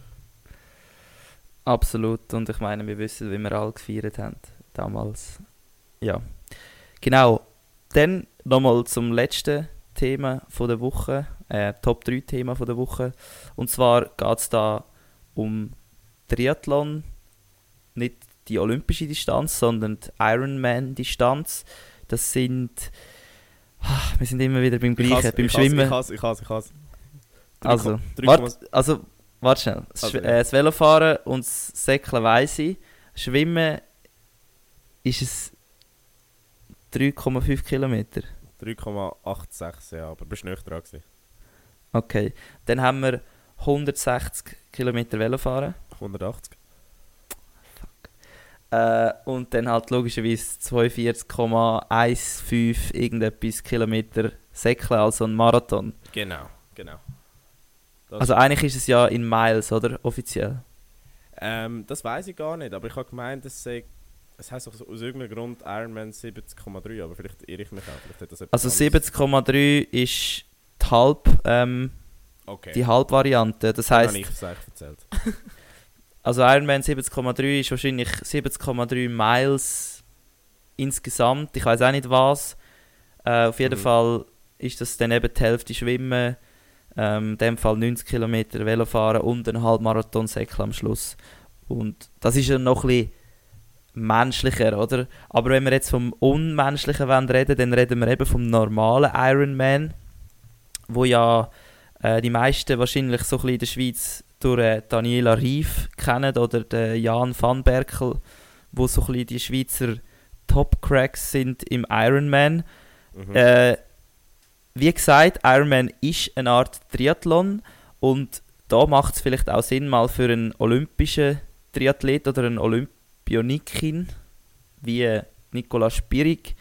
Speaker 1: Absolut. Und ich meine, wir wissen, wie wir alle gefeiert haben damals. Ja, genau. Dann nochmal zum letzten Thema von der Woche, äh, Top drei Thema von der Woche. Und zwar geht es da um Triathlon, nicht die olympische Distanz, sondern die Ironman-Distanz. Das sind, ach, wir sind immer wieder beim Gleichen,
Speaker 3: has,
Speaker 1: beim
Speaker 3: ich
Speaker 1: Schwimmen.
Speaker 3: Ich hasse, ich hasse, ich hasse.
Speaker 1: Also, warte, also, warte schnell. Das, also, ja. äh, das Velofahren und das Säckeln weiss ich. Schwimmen ist es drei Komma fünf Kilometer.
Speaker 3: drei Komma sechsundachtzig, ja, aber bist du nicht dran gewesen.
Speaker 1: Okay, dann haben wir hundertsechzig Kilometer Velofahren.
Speaker 3: hundertachtzig.
Speaker 1: Fuck. Äh, und dann halt logischerweise zweiundvierzig Komma fünfzehn irgendetwas Kilometer Säckeln, also ein Marathon.
Speaker 3: Genau, genau. Das
Speaker 1: also eigentlich ist es ja in Miles, oder? Offiziell.
Speaker 3: Ähm, das weiß ich gar nicht, aber ich habe gemeint, es sei, es heisst auch aus irgendeinem Grund Ironman siebzig Komma drei, aber vielleicht irre ich mich auch. Vielleicht hat das
Speaker 1: also siebzig Komma drei ist die Halb, ähm,
Speaker 3: okay.
Speaker 1: die Halbvariante. Das heisst,
Speaker 3: habe ich es eigentlich erzählt.
Speaker 1: Also Ironman siebzig Komma drei ist wahrscheinlich siebzig Komma drei Miles insgesamt. Ich weiß auch nicht was. Äh, auf jeden mhm. Fall ist das dann eben die Hälfte Schwimmen, ähm, in dem Fall neunzig Kilometer Velofahren und ein Halbmarathon-Säckel am Schluss. Und das ist ja noch ein bisschen menschlicher, oder? Aber wenn wir jetzt vom Unmenschlichen reden, dann reden wir eben vom normalen Ironman, wo ja äh, die meisten wahrscheinlich so ein bisschen in der Schweiz durch äh, Daniela Rief kennen oder den Jan van Berkel, wo so ein bisschen die Schweizer Top-Cracks sind im Ironman. Mhm. Äh, wie gesagt, Ironman ist eine Art Triathlon und da macht es vielleicht auch Sinn, mal für einen olympischen Triathlet oder einen Olympionikin wie Nicola Spirig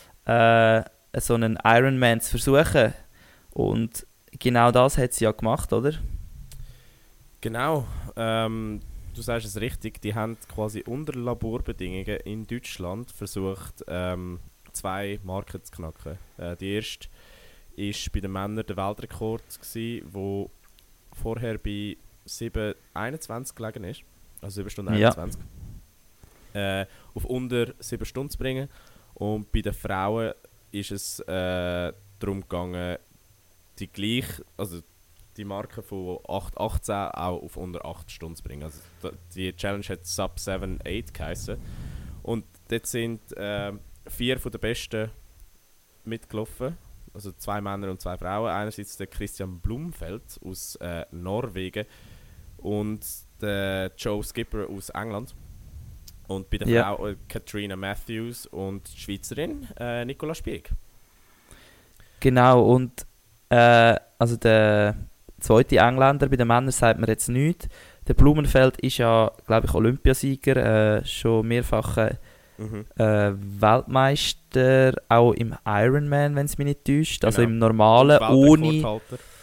Speaker 1: äh, so einen Ironman zu versuchen. Und genau das hat sie ja gemacht, oder?
Speaker 3: Genau. Ähm, du sagst es richtig, die haben quasi unter Laborbedingungen in Deutschland versucht, ähm, zwei Marken zu knacken. Äh, die erste war bei den Männern der Weltrekord, der vorher bei sieben einundzwanzig gelegen ist. Also sieben Stunden einundzwanzig. Ja. Äh, auf unter sieben Stunden zu bringen. Und bei den Frauen ist es äh, darum gegangen, die gleich, also die Marke von acht achtzehn auch auf unter acht Stunden zu bringen. Also die Challenge hat Sub sieben acht geheißen. Und dort sind äh, vier von den Besten mitgelaufen. Also zwei Männer und zwei Frauen. Einerseits der Christian Blumfeld aus äh, Norwegen und der Joe Skipper aus England. Und bei der ja. Frau äh, Katrina Matthews und die Schweizerin äh, Nicola Spirig.
Speaker 1: Genau, und äh, also der zweite Engländer, bei den Männern sagt man jetzt nichts. Der Blumenfeld ist ja, glaube ich, Olympiasieger, äh, schon mehrfacher mhm. äh, Weltmeister, auch im Ironman, wenn es mich nicht täuscht. Genau. Also im normalen, ohne...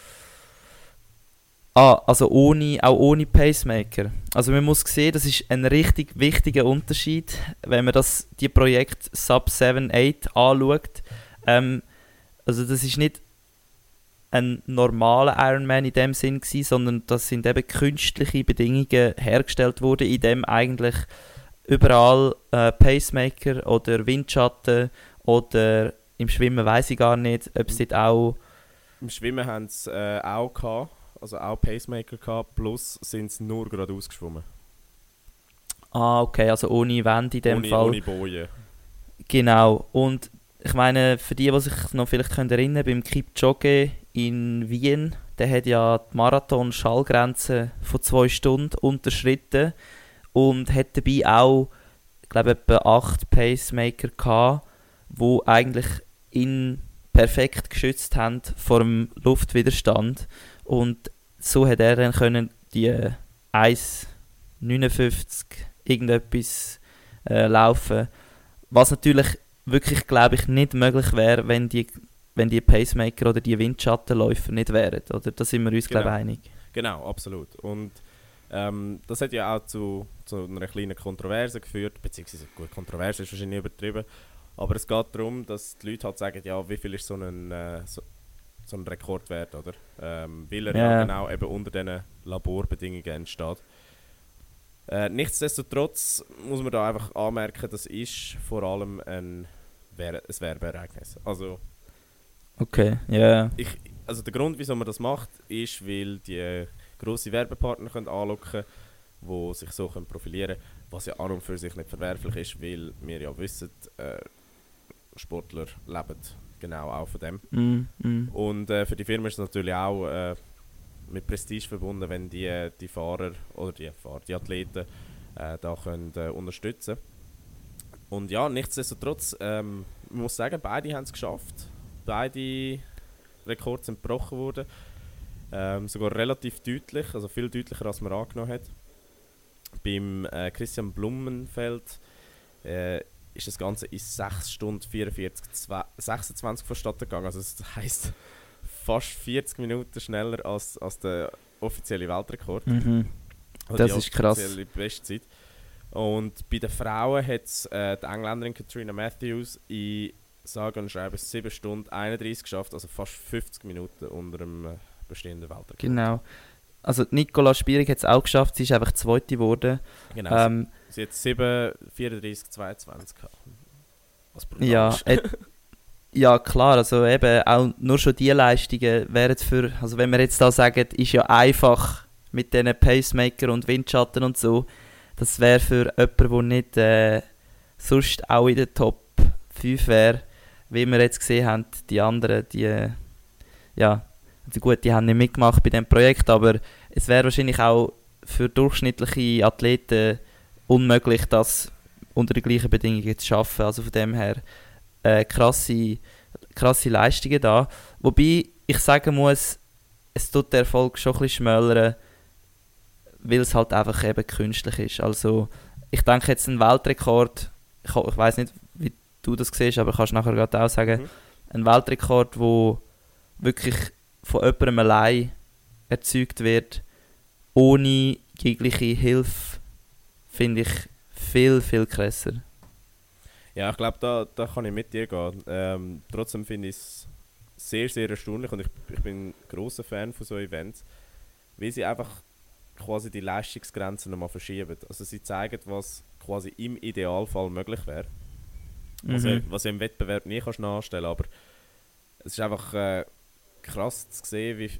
Speaker 1: Ah, also ohne, auch ohne Pacemaker. Also man muss sehen, das ist ein richtig wichtiger Unterschied, wenn man das die Projekt Sub sieben acht anschaut. Ähm, also das ist nicht ein normaler Ironman in dem Sinn gewesen, sondern das sind eben künstliche Bedingungen hergestellt worden, in dem eigentlich überall äh, Pacemaker oder Windschatten oder im Schwimmen weiss ich gar nicht, ob es dort auch...
Speaker 3: Im Schwimmen haben sie äh, auch gehabt. Also auch Pacemaker gehabt, plus sind sie nur geradeaus geschwommen.
Speaker 1: Ah, okay, also ohne Wände in dem
Speaker 3: ohne,
Speaker 1: Fall.
Speaker 3: Ohne Bojen.
Speaker 1: Genau, und ich meine, für die, die sich noch vielleicht erinnern können, beim Kipchoge in Wien, der hat ja die Marathon-Schallgrenze von zwei Stunden unterschritten und hat dabei auch glaube etwa acht Pacemaker gehabt, die eigentlich ihn perfekt geschützt haben vor dem Luftwiderstand. Und so hat er dann können die eins neunundfünfzig irgendetwas äh, laufen. Was natürlich wirklich, glaube ich, nicht möglich wäre, wenn die, wenn die Pacemaker oder die Windschattenläufer nicht wären. Oder? Da sind wir uns,
Speaker 3: Genau.
Speaker 1: glaube ich, einig.
Speaker 3: Genau, absolut. Und ähm, das hat ja auch zu, zu einer kleinen Kontroverse geführt, beziehungsweise, gut, Kontroverse ist wahrscheinlich übertrieben, aber es geht darum, dass die Leute halt sagen, ja, wie viel ist so ein, äh, so, so ein Rekord wert, oder? Ähm, weil er
Speaker 1: Ja.
Speaker 3: ja genau eben unter diesen Laborbedingungen entsteht. Äh, nichtsdestotrotz muss man da einfach anmerken, das ist vor allem ein, Wer- ein Werbeereignis. Also,
Speaker 1: Okay, ja.
Speaker 3: ich, also der Grund, wieso man das macht, ist, weil die grosse Werbepartner können anlocken, die sich so können profilieren können, was ja an und für sich nicht verwerflich ist, weil wir ja wissen, äh, Sportler leben genau auch von dem.
Speaker 1: Mm, mm.
Speaker 3: Und äh, für die Firma ist es natürlich auch äh, mit Prestige verbunden, wenn die, äh, die Fahrer oder die Fahrer, die Athleten äh, da können äh, unterstützen. Und ja, nichtsdestotrotz, ähm, man muss sagen, beide haben es geschafft. Beide Rekorde sind gebrochen worden. Ähm, sogar relativ deutlich, also viel deutlicher als man angenommen hat. Beim äh, Christian Blumenfeld äh, ist das Ganze in sechs Stunden vierundvierzig, sechsundzwanzig vonstatten gegangen. Also das heisst fast vierzig Minuten schneller als, als der offizielle Weltrekord.
Speaker 1: Mhm.
Speaker 3: Also
Speaker 1: Das
Speaker 3: die
Speaker 1: ist krass.
Speaker 3: offizielle Bestzeit. Und bei den Frauen hat es äh, die Engländerin Katrina Matthews in sage und schreibe sieben Stunden einunddreißig geschafft, also fast fünfzig Minuten unter dem äh, bestehenden Weltrekord.
Speaker 1: Genau. Also Nicola Spierig hat es auch geschafft, sie ist einfach Zweite geworden.
Speaker 3: Genau,
Speaker 1: Ähm,
Speaker 3: sie hat sieben vierunddreißig zweiundzwanzig gehabt. Was brutal
Speaker 1: ja,
Speaker 3: ist.
Speaker 1: äh, ja, klar, also eben auch nur schon diese Leistungen wären für, also wenn wir jetzt da sagen, ist ja einfach mit diesen Pacemaker und Windschatten und so, das wäre für jemanden, der nicht äh, sonst auch in der Top fünf wäre, wie wir jetzt gesehen haben, die anderen, die, äh, ja, also gut, die haben nicht mitgemacht bei diesem Projekt, aber es wäre wahrscheinlich auch für durchschnittliche Athleten unmöglich, das unter den gleichen Bedingungen zu schaffen. Also von dem her äh, krasse, krasse Leistungen da. Wobei ich sagen muss, es tut der Erfolg schon ein bisschen schmälern, weil es halt einfach eben künstlich ist. Also ich denke jetzt ein Weltrekord, ich, ich weiß nicht, wie du das siehst, aber kannst nachher gerade auch sagen,
Speaker 3: Mhm.
Speaker 1: ein Weltrekord, wo wirklich von jemandem allein erzeugt wird, ohne jegliche Hilfe, finde ich viel, viel krasser.
Speaker 3: Ja, ich glaube, da, da kann ich mit dir gehen. Ähm, trotzdem finde ich es sehr, sehr erstaunlich und ich, ich bin ein grosser Fan von so Events, weil sie einfach quasi die Leistungsgrenzen nochmal verschieben. Also sie zeigen, was quasi im Idealfall möglich wäre. Was,
Speaker 1: Mhm.
Speaker 3: was du im Wettbewerb nie kannst nachstellen, aber es ist einfach äh, krass zu sehen, wie,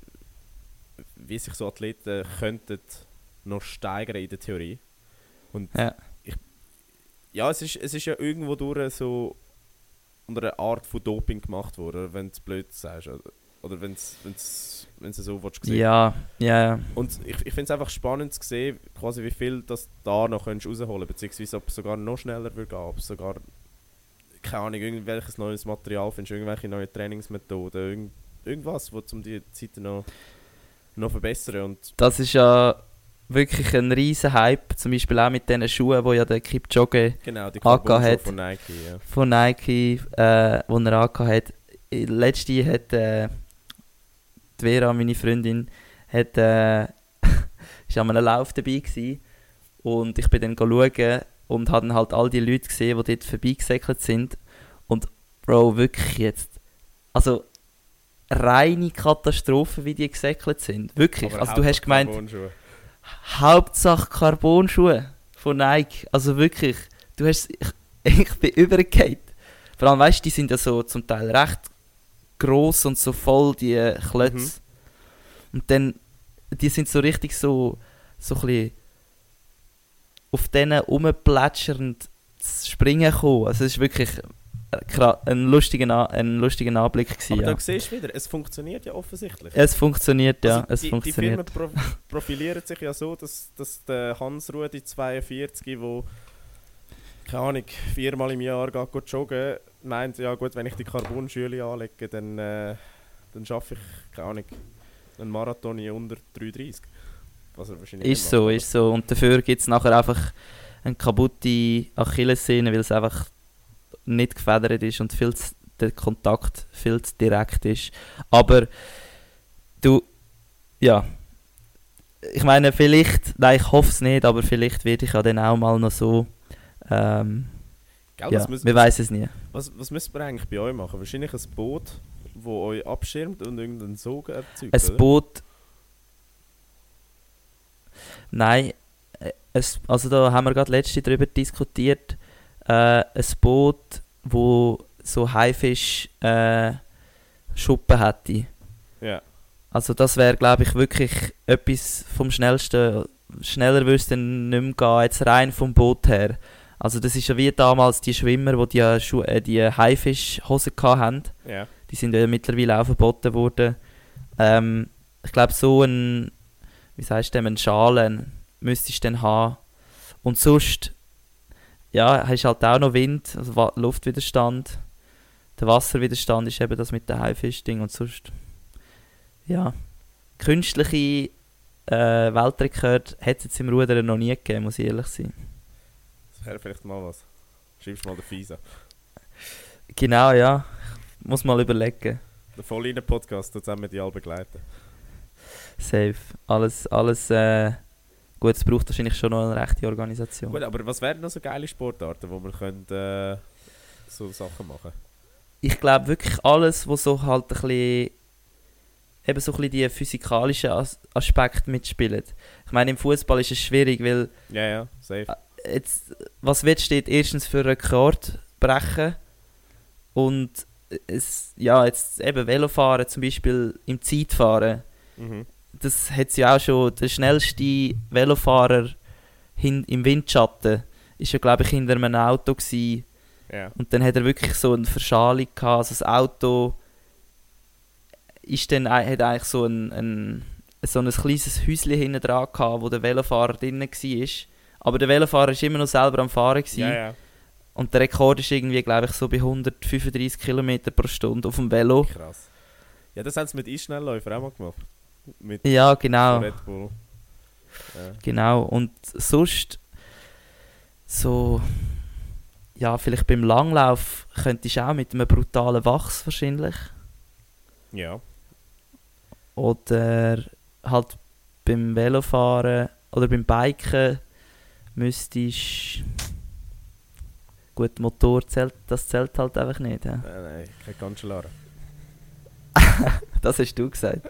Speaker 3: wie sich so Athleten könnten noch steigern in der Theorie. Und
Speaker 1: Ja.
Speaker 3: ich, ja, es ist, es ist ja irgendwo durch so unter einer Art von Doping gemacht worden, wenn du es blöd sagst. Oder, oder wenn du es so willst sehen.
Speaker 1: Ja, ja, ja.
Speaker 3: Und ich, ich finde es einfach spannend zu sehen, quasi wie viel das da noch könntest rausholen, beziehungsweise ob es sogar noch schneller würde gehen, ob es sogar, keine Ahnung, irgendwelches neues Material findest, irgendwelche neue Trainingsmethoden, irgend, irgendwas, was um die Zeit noch, noch verbessern. Und
Speaker 1: Das ist ja wirklich ein riesen Hype, zum Beispiel auch mit diesen Schuhen, die ja der Kipchoge
Speaker 3: genau, die
Speaker 1: Angehabt
Speaker 3: Carbon-Schuhe
Speaker 1: hat.
Speaker 3: von Nike, ja.
Speaker 1: von Nike, äh, die er angehabt hat. Letzte hat äh, die Vera, meine Freundin, hat, äh, ist an einem Lauf dabei gewesen. Und ich bin dann schauen und habe dann halt all die Leute gesehen, die dort vorbeigesäckelt sind. Und Bro, wirklich jetzt, also reine Katastrophe, wie die gesäckelt sind. Wirklich.
Speaker 3: Aber
Speaker 1: Also du hast gemeint,
Speaker 3: Carbon-Schuhe.
Speaker 1: Hauptsache Carbon-Schuhe von Nike. Also wirklich, du hast, ich, ich bin übergegangen. Vor allem, weißt du, die sind ja so zum Teil recht gross und so voll, die Klötze.
Speaker 3: Mhm.
Speaker 1: Und dann, die sind so richtig so, so ein bisschen auf denen rumplätschernd zu springen gekommen. Also es ist wirklich ein lustiger, An- ein lustiger Anblick gewesen,
Speaker 3: Aber
Speaker 1: ja.
Speaker 3: da siehst du wieder, es funktioniert ja offensichtlich.
Speaker 1: Es funktioniert, ja,
Speaker 3: Also
Speaker 1: es
Speaker 3: die,
Speaker 1: funktioniert.
Speaker 3: Die Firma pro profiliert sich ja so, dass, dass der Hans-Rudi zweiundvierzig, wo keine Ahnung, viermal im Jahr gehe, gehe joggen, meint, ja gut, wenn ich die Carbon-Schüle anlege, dann, äh, dann schaffe ich, keine Ahnung, einen Marathon in unter drei dreißig. Was er wahrscheinlich
Speaker 1: Ist
Speaker 3: nicht
Speaker 1: so,
Speaker 3: macht,
Speaker 1: ist so. Und dafür gibt es nachher einfach eine kaputte Achillessehne, weil es einfach nicht gefedert ist und viel zu, der Kontakt viel zu direkt ist. Aber du, ja, ich meine, vielleicht, nein, ich hoffe es nicht, aber vielleicht werde ich ja dann auch mal noch so, ähm,
Speaker 3: Gell,
Speaker 1: ja,
Speaker 3: was müssen-
Speaker 1: wir wissen es nie.
Speaker 3: Was, was müssen wir eigentlich bei euch machen? Wahrscheinlich ein Boot, das euch abschirmt und irgendeinen Sog erzeugt,
Speaker 1: Ein
Speaker 3: oder?
Speaker 1: Boot, nein, äh, es, also da haben wir gerade letztens darüber diskutiert, äh, ein Boot, wo so Haifisch äh, Schuppen hätte.
Speaker 3: Ja.
Speaker 1: Also das wäre, glaube ich, wirklich etwas vom Schnellsten. Schneller würde es dann nicht mehr gehen, jetzt rein vom Boot her. Also das ist ja wie damals die Schwimmer, die die, Schu- äh, die Haifischhosen hatten.
Speaker 3: Ja.
Speaker 1: Die sind ja mittlerweile auch verboten worden. Ähm, ich glaube, so ein, wie sagst du dem, ein Schalen müsstest du dann haben. Und sonst, ja, hast halt auch noch Wind, also Wa- Luftwiderstand. Der Wasserwiderstand ist eben das mit dem Haifisch-Ding und sonst, ja, künstliche äh, Weltrekord hat es jetzt im Rudern noch nie gegeben, muss ich ehrlich sein.
Speaker 3: Das wäre vielleicht mal was. Schreibst mal den Fisa.
Speaker 1: Genau, ja, muss mal überlegen.
Speaker 3: Der Vollinen-Podcast zusammen die alle begleiten.
Speaker 1: Safe, alles, alles, äh, gut, es braucht wahrscheinlich schon noch eine rechte Organisation.
Speaker 3: Gut, aber was wären noch so geile Sportarten, wo wir können, äh, so Sachen machen?
Speaker 1: Ich glaube wirklich alles, was so halt ein bisschen, eben so ein bisschen die physikalischen As- Aspekte mitspielt. Ich meine, im Fußball ist es schwierig, weil
Speaker 3: Ja, ja, safe.
Speaker 1: jetzt, was willst du dort erstens für einen Rekord brechen und es, ja, jetzt eben Velofahren zum Beispiel im Zeitfahren,
Speaker 3: Mhm.
Speaker 1: das hat ja auch schon, der schnellste Velofahrer hin, im Windschatten ist ja, glaube ich, hinter einem Auto gewesen.
Speaker 3: Ja.
Speaker 1: Und dann hat er wirklich so eine Verschalung gehabt, also das Auto ist dann, ei- hat eigentlich so ein, ein, so ein kleines Häuschen hinten dran gehabt, wo der Velofahrer drinnen war. Aber der Velofahrer war immer noch selber am Fahren gewesen.
Speaker 3: Ja, ja.
Speaker 1: Und der Rekord ist irgendwie, glaube ich, so bei hundertfünfunddreißig Kilometer pro Stunde auf dem Velo.
Speaker 3: Krass. Ja, das haben sie mit Eisschnellläufer auch mal gemacht. Mit
Speaker 1: Ja, genau.
Speaker 3: Red Bull. Ja.
Speaker 1: Genau. Und sonst so, ja, vielleicht beim Langlauf könntest du auch mit einem brutalen Wachs wahrscheinlich.
Speaker 3: Ja.
Speaker 1: Oder halt beim Velofahren oder beim Biken müsstest. Gut, Motor zählt, das zählt halt einfach nicht. Ja.
Speaker 3: Nein, nein, kein Kanzellare.
Speaker 1: Das hast du gesagt.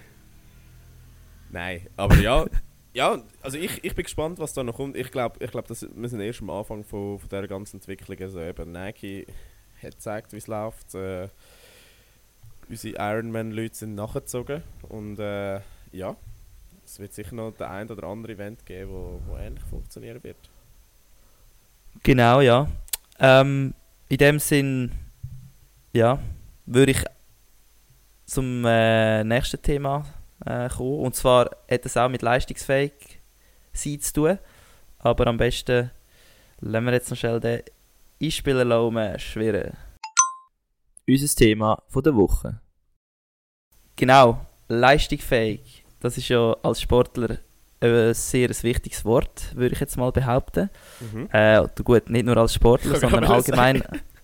Speaker 3: Nein, aber ja, ja, also ich, ich bin gespannt, was da noch kommt. Ich glaube, ich glaub, dass wir sind erst am Anfang von, von dieser ganzen Entwicklung. Also eben Nike hat gezeigt, wie es läuft. Äh, unsere Ironman-Leute sind nachgezogen. Und äh, ja, es wird sicher noch der ein oder andere Event geben, wo, wo ähnlich funktionieren wird.
Speaker 1: Genau, ja. Ähm, in dem Sinn, ja, würde ich zum äh, nächsten Thema äh, kommen. Und zwar hat es auch mit leistungsfähig sein zu tun. Aber am besten lassen wir jetzt noch schnell den Einspieler lassen, schwirren. Unser Thema von der Woche. Genau, leistungsfähig. Das ist ja als Sportler ein sehr ein wichtiges Wort, würde ich jetzt mal behaupten.
Speaker 3: Mhm.
Speaker 1: Äh, gut, nicht nur als Sportler,
Speaker 3: Ich kann
Speaker 1: sondern
Speaker 3: aber
Speaker 1: allgemein.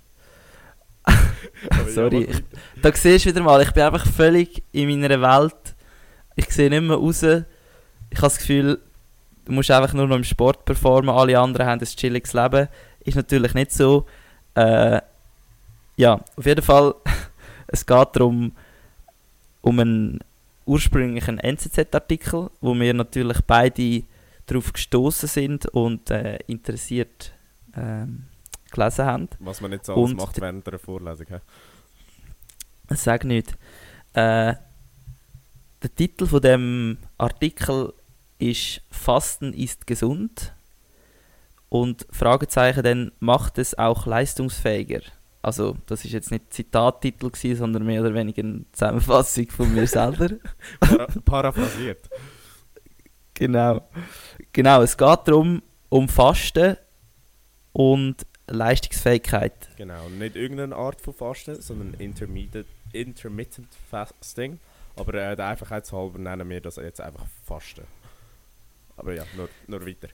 Speaker 3: Aber
Speaker 1: Sorry,
Speaker 3: ja,
Speaker 1: ich, da siehst du wieder mal, ich bin einfach völlig in meiner Welt. Ich sehe nicht mehr raus. Ich habe das Gefühl, du musst einfach nur noch im Sport performen, alle anderen haben ein chilliges Leben. Ist natürlich nicht so. Äh, ja, auf jeden Fall, es geht darum, um einen ursprünglichen N Z Z-Artikel, wo wir natürlich beide darauf gestoßen sind und äh, interessiert ähm, gelesen haben.
Speaker 3: was man nicht so alles
Speaker 1: Und
Speaker 3: macht während einer Vorlesung. He?
Speaker 1: Sag nicht. Äh, der Titel von dem Artikel ist Fasten ist gesund und Fragezeichen dann, macht es auch leistungsfähiger? Also das ist jetzt nicht Zitattitel gewesen, sondern mehr oder weniger eine Zusammenfassung von mir selber.
Speaker 3: Para paraphrasiert.
Speaker 1: Genau. Genau, es geht darum, um Fasten und Leistungsfähigkeit.
Speaker 3: Genau, und nicht irgendeine Art von Fasten, sondern Intermediate, Intermittent Fasting. Aber äh, der Einfachheitshalber nennen wir das jetzt einfach Fasten. Aber ja, nur, nur weiter.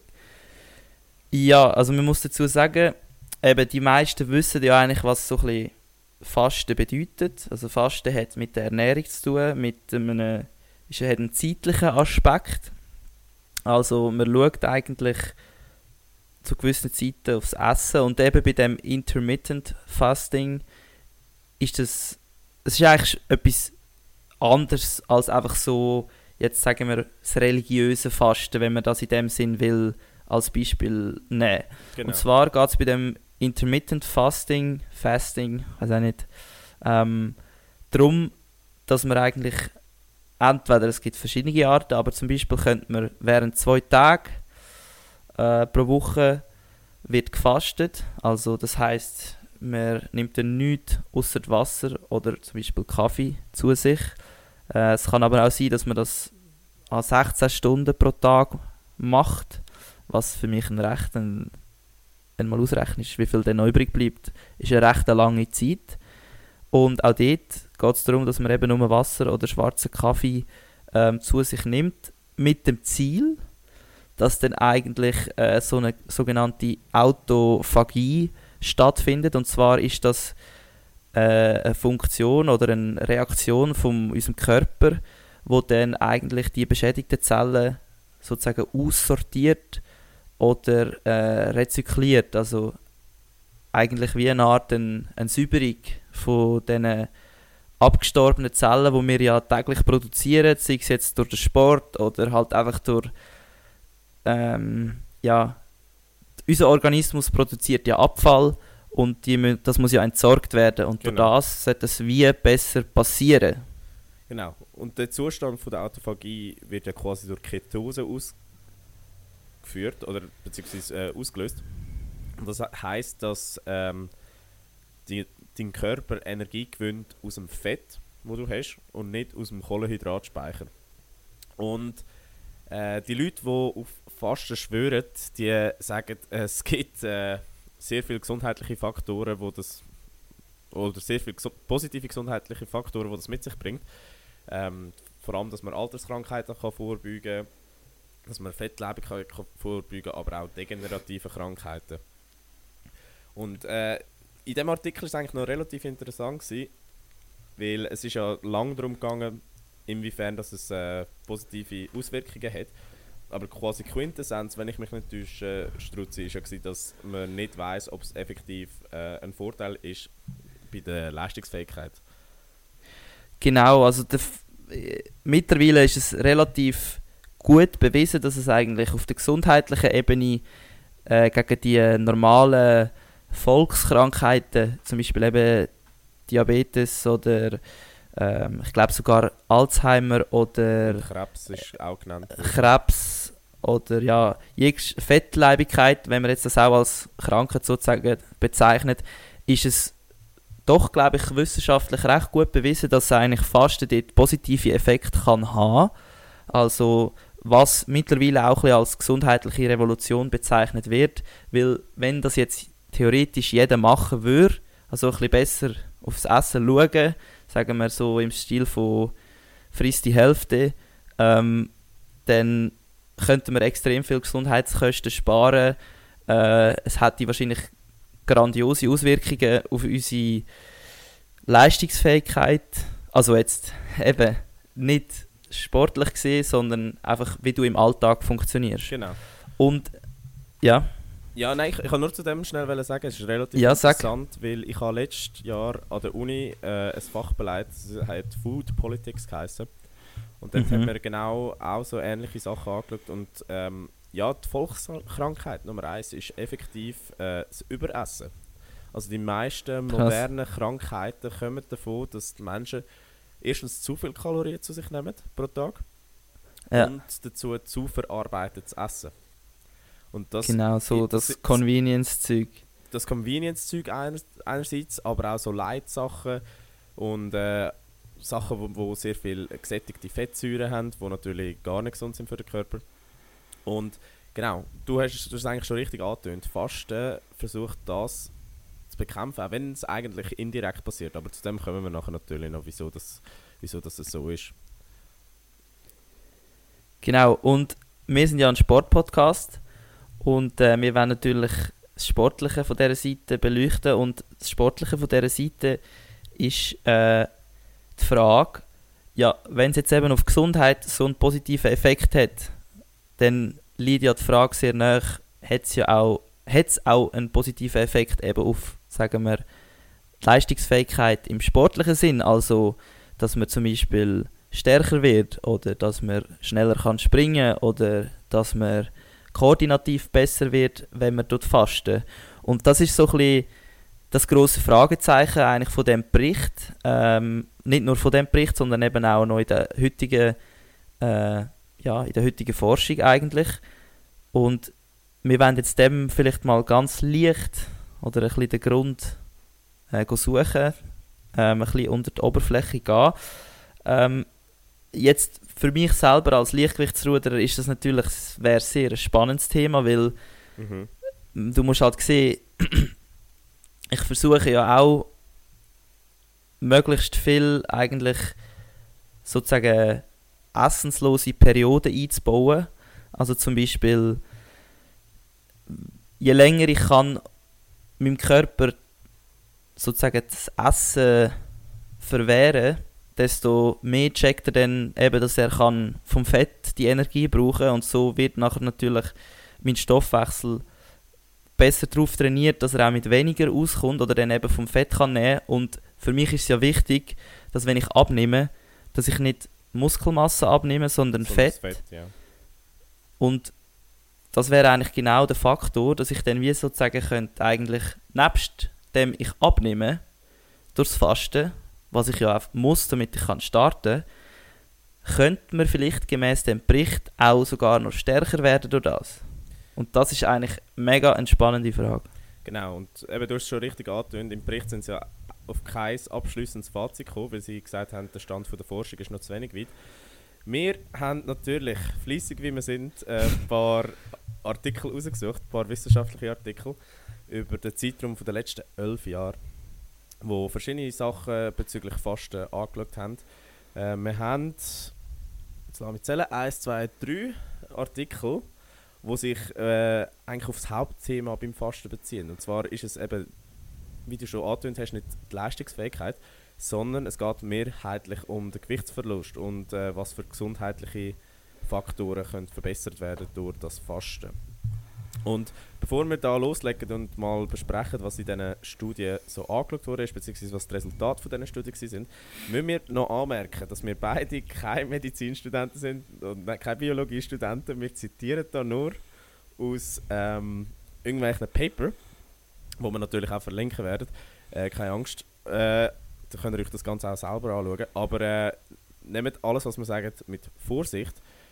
Speaker 1: Ja, also man muss dazu sagen, eben die meisten wissen ja eigentlich, was so ein bisschen Fasten bedeutet. Also Fasten hat mit der Ernährung zu tun, mit einem, ist, hat einen zeitlichen Aspekt. Also man schaut eigentlich zu gewissen Zeiten aufs Essen und eben bei dem Intermittent Fasting ist das, es ist eigentlich etwas anderes als einfach so, jetzt sagen wir, das religiöse Fasten, wenn man das in dem Sinn will, als Beispiel nehmen.
Speaker 3: Genau.
Speaker 1: Und zwar geht es bei dem Intermittent Fasting, Fasting, weiß auch nicht, ähm, darum, dass man eigentlich entweder, es gibt verschiedene Arten, aber zum Beispiel könnte man während zwei Tagen äh, pro Woche wird gefastet. Also das heisst, man nimmt dann nichts außer Wasser oder zum Beispiel Kaffee zu sich. Äh, es kann aber auch sein, dass man das an sechzehn Stunden pro Tag macht, was für mich ein recht, ein, wenn man ausrechnet, wie viel dann noch übrig bleibt, ist eine recht lange Zeit. Und auch dort geht es darum, dass man eben nur Wasser oder schwarzen Kaffee ähm, zu sich nimmt, mit dem Ziel, dass dann eigentlich äh, so eine sogenannte Autophagie stattfindet. Und zwar ist das äh, eine Funktion oder eine Reaktion von unserem Körper, wo dann eigentlich die beschädigten Zellen sozusagen aussortiert oder äh, rezykliert. Also eigentlich wie eine Art eine, eine Säuberung von diesen abgestorbenen Zellen, die wir ja täglich produzieren, sei es jetzt durch den Sport oder halt einfach durch ähm, ja, unser Organismus produziert ja Abfall und die, das muss ja entsorgt werden und
Speaker 3: Genau.
Speaker 1: durch das sollte es wie besser passieren.
Speaker 3: Genau. Und der Zustand von der Autophagie wird ja quasi durch Ketose ausgeführt oder beziehungsweise äh, ausgelöst. Und das heisst, dass ähm, die, dein Körper Energie gewinnt aus dem Fett, das du hast, und nicht aus dem Kohlenhydratspeicher. Und äh, die Leute, die auf Fasten schwören, die sagen, es gibt äh, sehr viele gesundheitliche Faktoren, wo das, oder sehr viele gesu- positive gesundheitliche Faktoren, die das mit sich bringt. Ähm, vor allem, dass man Alterskrankheiten kann vorbeugen kann, dass man Fettleibung kann, kann vorbeugen kann, aber auch degenerative Krankheiten. Und äh, in diesem Artikel war es eigentlich noch relativ interessant gewesen, weil es ist ja lange darum gegangen, inwiefern dass es äh, positive Auswirkungen hat. Aber quasi Quintessenz, wenn ich mich nicht täusche, äh, Struzzi, ist ja gewesen, dass man nicht weiss, ob es effektiv äh, ein Vorteil ist bei der Leistungsfähigkeit.
Speaker 1: Genau, also der, äh, mittlerweile ist es relativ gut bewiesen, dass es eigentlich auf der gesundheitlichen Ebene äh, gegen die normalen Volkskrankheiten, zum Beispiel eben Diabetes oder ähm, ich glaube sogar Alzheimer oder
Speaker 3: Krebs ist auch genannt.
Speaker 1: Krebs oder ja, jegliche Fettleibigkeit, wenn man jetzt das auch als Krankheit sozusagen bezeichnet, ist es doch, glaube ich, wissenschaftlich recht gut bewiesen, dass eigentlich Fasten dort positive Effekte kann haben. Also was mittlerweile auch ein bisschen als gesundheitliche Revolution bezeichnet wird, weil wenn das jetzt theoretisch jeder machen würde, also ein bisschen besser aufs Essen schauen, sagen wir so im Stil von «Friss die Hälfte», ähm, dann könnten wir extrem viel Gesundheitskosten sparen. Äh, es hätte wahrscheinlich grandiose Auswirkungen auf unsere Leistungsfähigkeit. Also jetzt eben nicht sportlich gesehen, sondern einfach, wie du im Alltag funktionierst.
Speaker 3: Genau.
Speaker 1: Und ja.
Speaker 3: Ja, nein, ich, ich kann nur zu dem schnell sagen, es ist relativ
Speaker 1: Ja, sag.
Speaker 3: interessant, weil ich habe letztes Jahr an der Uni äh, ein Fach beleidigt, das hat Food Politics geheißen. Und dort
Speaker 1: Mhm.
Speaker 3: haben wir genau auch so ähnliche Sachen angeschaut. Und ähm, ja, die Volkskrankheit Nummer eins ist effektiv äh, das Überessen. Also die meisten
Speaker 1: Krass.
Speaker 3: modernen Krankheiten kommen davon, dass die Menschen erstens zu viel Kalorien zu sich nehmen pro Tag
Speaker 1: Ja.
Speaker 3: und dazu zu verarbeitetes Essen. Und das,
Speaker 1: Genau, so
Speaker 3: das-
Speaker 1: das Convenience-Zeug.
Speaker 3: das Convenience-Zeug einer, einerseits, aber auch so Leitsachen und äh, Sachen, wo, wo sehr viel gesättigte Fettsäuren haben, die natürlich gar nicht gesund sind für den Körper. Und Genau, du hast, du hast es eigentlich schon richtig angetönt. Fasten versucht das zu bekämpfen, auch wenn es eigentlich indirekt passiert. Aber zu dem kommen wir nachher natürlich noch, wieso das, wieso das so ist.
Speaker 1: Genau, und wir sind ja ein Sportpodcast und äh, wir wollen natürlich das Sportliche von dieser Seite beleuchten. Und das Sportliche von dieser Seite ist äh, die Frage, ja, wenn es jetzt eben auf Gesundheit so einen positiven Effekt hat, dann liegt ja die Frage sehr nahe, hat es ja auch, hat's auch einen positiven Effekt eben auf, sagen wir, die Leistungsfähigkeit im sportlichen Sinn, also dass man zum Beispiel stärker wird oder dass man schneller kann springen oder dass man koordinativ besser wird, wenn man dort fasten. Und das ist so ein bisschen das grosse Fragezeichen eigentlich von dem Bericht. Ähm, nicht nur von dem Bericht, sondern eben auch noch in der heutigen, äh, ja, in der heutigen Forschung eigentlich. Und wir wollen jetzt dem vielleicht mal ganz leicht oder ein bisschen den Grund äh, suchen, ähm, ein bisschen unter die Oberfläche gehen. Ähm, jetzt für mich selber als Leichtgewichtsruderer ist das natürlich, wäre sehr ein spannendes Thema, weil
Speaker 3: Mhm.
Speaker 1: du musst halt sehen, ich versuche ja auch möglichst viel eigentlich sozusagen essenslose Perioden einzubauen. Also zum Beispiel, je länger ich kann meinem Körper sozusagen das Essen verwehren, desto mehr checkt er dann eben, dass er kann vom Fett die Energie brauchen kann. Und so wird nachher natürlich mein Stoffwechsel besser darauf trainiert, dass er auch mit weniger auskommt oder dann eben vom Fett kann nehmen. Und für mich ist es ja wichtig, dass wenn ich abnehme, dass ich nicht Muskelmasse abnehme, sondern
Speaker 3: So
Speaker 1: Fett.
Speaker 3: das Fett, ja.
Speaker 1: Und das wäre eigentlich genau der Faktor, dass ich dann wie sozusagen könnte eigentlich nebst dem ich abnehme, durchs Fasten, was ich ja auch muss, damit ich kann starten kann, könnte man vielleicht gemäß dem Bericht auch sogar noch stärker werden durch das. Und das ist eigentlich mega eine spannende Frage.
Speaker 3: Genau, und eben, du hast es schon richtig angetönt, im Bericht sind sie ja auf kein abschließendes Fazit gekommen, weil sie gesagt haben, der Stand von der Forschung ist noch zu wenig weit. Wir haben natürlich, fleissig wie wir sind, äh, ein paar Artikel rausgesucht, ein paar wissenschaftliche Artikel über den Zeitraum der letzten elf Jahre, wo verschiedene Sachen bezüglich Fasten angeschaut haben. Äh, wir haben, jetzt lassen wir zählen, eins, zwei, drei Artikel, die sich äh, eigentlich auf das Hauptthema beim Fasten beziehen. Und zwar ist es eben, wie du schon angetönt hast, nicht die Leistungsfähigkeit, sondern es geht mehrheitlich um den Gewichtsverlust und äh, was für gesundheitliche Faktoren können verbessert werden durch das Fasten. Und bevor wir da loslegen und mal besprechen, was in diesen Studien so angeschaut wurde, beziehungsweise was die Resultate von diesen Studien waren, müssen wir noch anmerken, dass wir beide keine Medizinstudenten sind und keine Biologiestudenten. Wir zitieren da nur aus ähm, irgendwelchen Paper, wo wir natürlich auch verlinken werden. Äh, keine Angst, äh, da könnt ihr euch das Ganze auch selber anschauen. Aber äh, nehmt alles, was wir sagen, mit Vorsicht.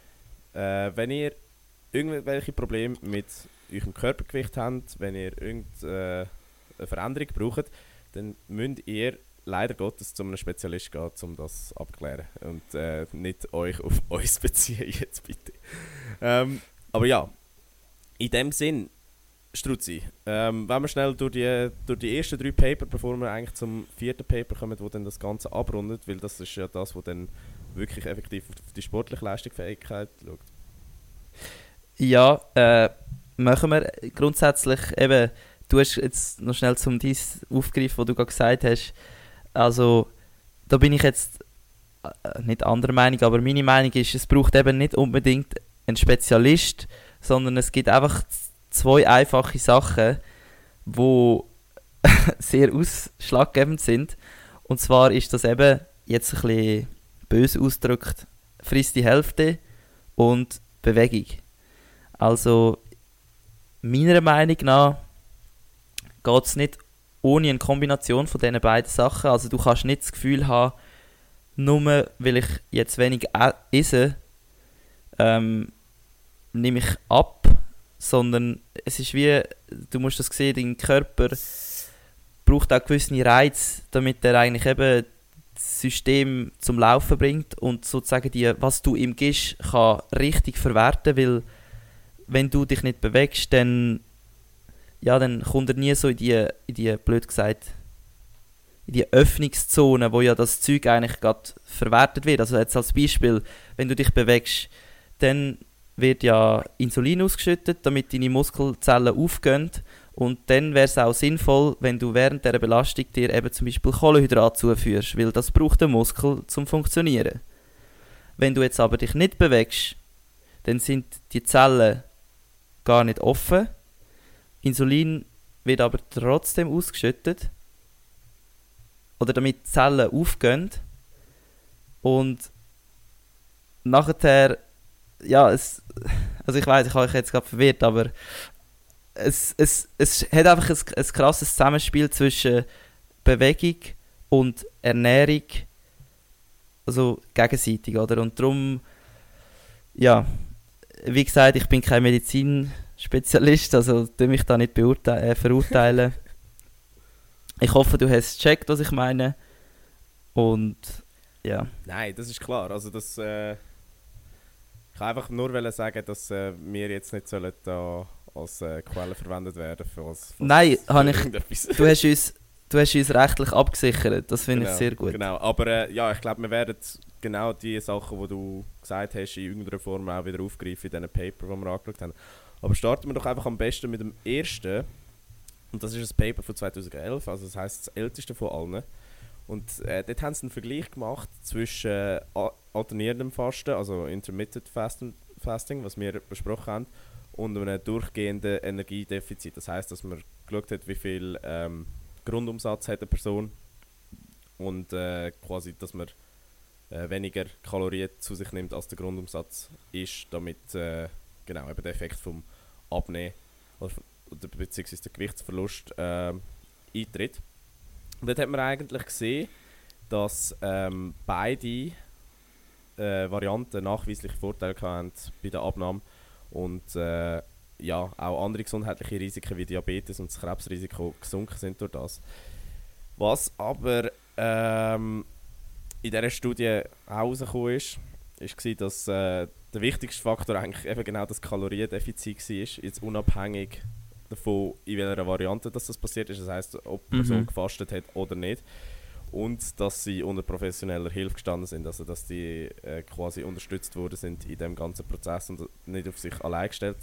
Speaker 3: Äh, wenn ihr irgendwelche Probleme mit eurem Körpergewicht habt, wenn ihr irgendeine Veränderung braucht, dann müsst ihr leider Gottes zu einem Spezialist gehen, um das abzuklären. Und äh, nicht euch auf uns beziehen, jetzt bitte. Ähm, aber ja, in dem Sinn, Struzzi, ähm, wenn wir schnell durch die, durch die ersten drei Paper, bevor wir eigentlich zum vierten Paper kommen, wo dann das Ganze abrundet, weil das ist ja das, was dann wirklich effektiv auf die sportliche Leistungsfähigkeit schaut.
Speaker 1: Ja, äh, machen wir grundsätzlich eben, du hast jetzt noch schnell zum dies aufgegriffen, was du gerade gesagt hast, also da bin ich jetzt äh, nicht anderer Meinung, aber meine Meinung ist, es braucht eben nicht unbedingt einen Spezialist, sondern es gibt einfach zwei einfache Sachen, die sehr ausschlaggebend sind. Und zwar ist das eben, jetzt ein bisschen böse ausgedrückt, frisst die Hälfte und Bewegung. Also meiner Meinung nach geht es nicht ohne eine Kombination von diesen beiden Sachen. Also du kannst nicht das Gefühl haben, nur weil ich jetzt wenig esse, ähm, nehme ich ab, sondern es ist wie, du musst das sehen, dein Körper braucht auch gewisse Reize, damit er eigentlich eben das System zum Laufen bringt und sozusagen die, was du ihm gibst, kann richtig verwerten, weil wenn du dich nicht bewegst, dann, ja, dann kommt er nie so in die, in die, blöd gesagt, in die Öffnungszone, wo ja das Zeug eigentlich gerade verwertet wird. Also jetzt als Beispiel, wenn du dich bewegst, dann wird ja Insulin ausgeschüttet, damit deine Muskelzellen aufgehen. Und dann wäre es auch sinnvoll, wenn du während dieser Belastung dir eben zum Beispiel Kohlenhydrat zuführst, weil das braucht der Muskel zum Funktionieren. Wenn du jetzt aber dich nicht bewegst, dann sind die Zellen gar nicht offen. Insulin wird aber trotzdem ausgeschüttet. Oder damit die Zellen aufgehen. Und nachher, ja, es, also ich weiss, ich habe euch jetzt gerade verwirrt, aber es, es, es hat einfach ein, ein krasses Zusammenspiel zwischen Bewegung und Ernährung, also gegenseitig, oder? Und darum, ja, wie gesagt, ich bin kein Medizinspezialist, also tu mich da nicht beurte- äh, verurteilen. Ich hoffe, du hast gecheckt, was ich meine. Und ja.
Speaker 3: Nein, das ist klar. Also das, äh, ich kann einfach nur sagen, dass äh, wir jetzt nicht sollen da als äh, Quelle verwendet werden für was.
Speaker 1: Nein, habe ich. Du hast uns, du hast uns rechtlich abgesichert. Das finde
Speaker 3: genau,
Speaker 1: ich sehr gut.
Speaker 3: Genau, aber äh, ja, ich glaube, wir werden genau die Sachen, die du gesagt hast, in irgendeiner Form auch wieder aufgreifen in diesen Paper, die wir angeschaut haben. Aber starten wir doch einfach am besten mit dem ersten. Und das ist ein Paper von zweitausendelf, also das heisst das älteste von allen. Und äh, dort haben sie einen Vergleich gemacht zwischen äh, alternierendem Fasten, also Intermittent Fasting, Fasting, was wir besprochen haben, und einem durchgehenden Energiedefizit. Das heisst, dass man geschaut hat, wie viel ähm, Grundumsatz hat eine Person und äh, quasi, dass man äh, weniger Kalorien zu sich nimmt, als der Grundumsatz ist, damit äh, genau eben der Effekt vom Abnehmen oder, oder beziehungsweise der Gewichtsverlust äh, eintritt. Und dort hat man eigentlich gesehen, dass ähm, beide äh, Varianten nachweislich Vorteile hatten bei der Abnahme und äh, ja, auch andere gesundheitliche Risiken wie Diabetes und das Krebsrisiko gesunken sind durch das. Was aber ähm, in dieser Studie auch herausgekommen ist, war, dass äh, der wichtigste Faktor eigentlich eben genau das Kaloriendefizit war, jetzt unabhängig davon, in welcher Variante dass das passiert ist. Das heisst, ob die Person mhm. gefastet hat oder nicht. Und dass sie unter professioneller Hilfe gestanden sind. Also dass die äh, quasi unterstützt worden sind in dem ganzen Prozess und nicht auf sich allein gestellt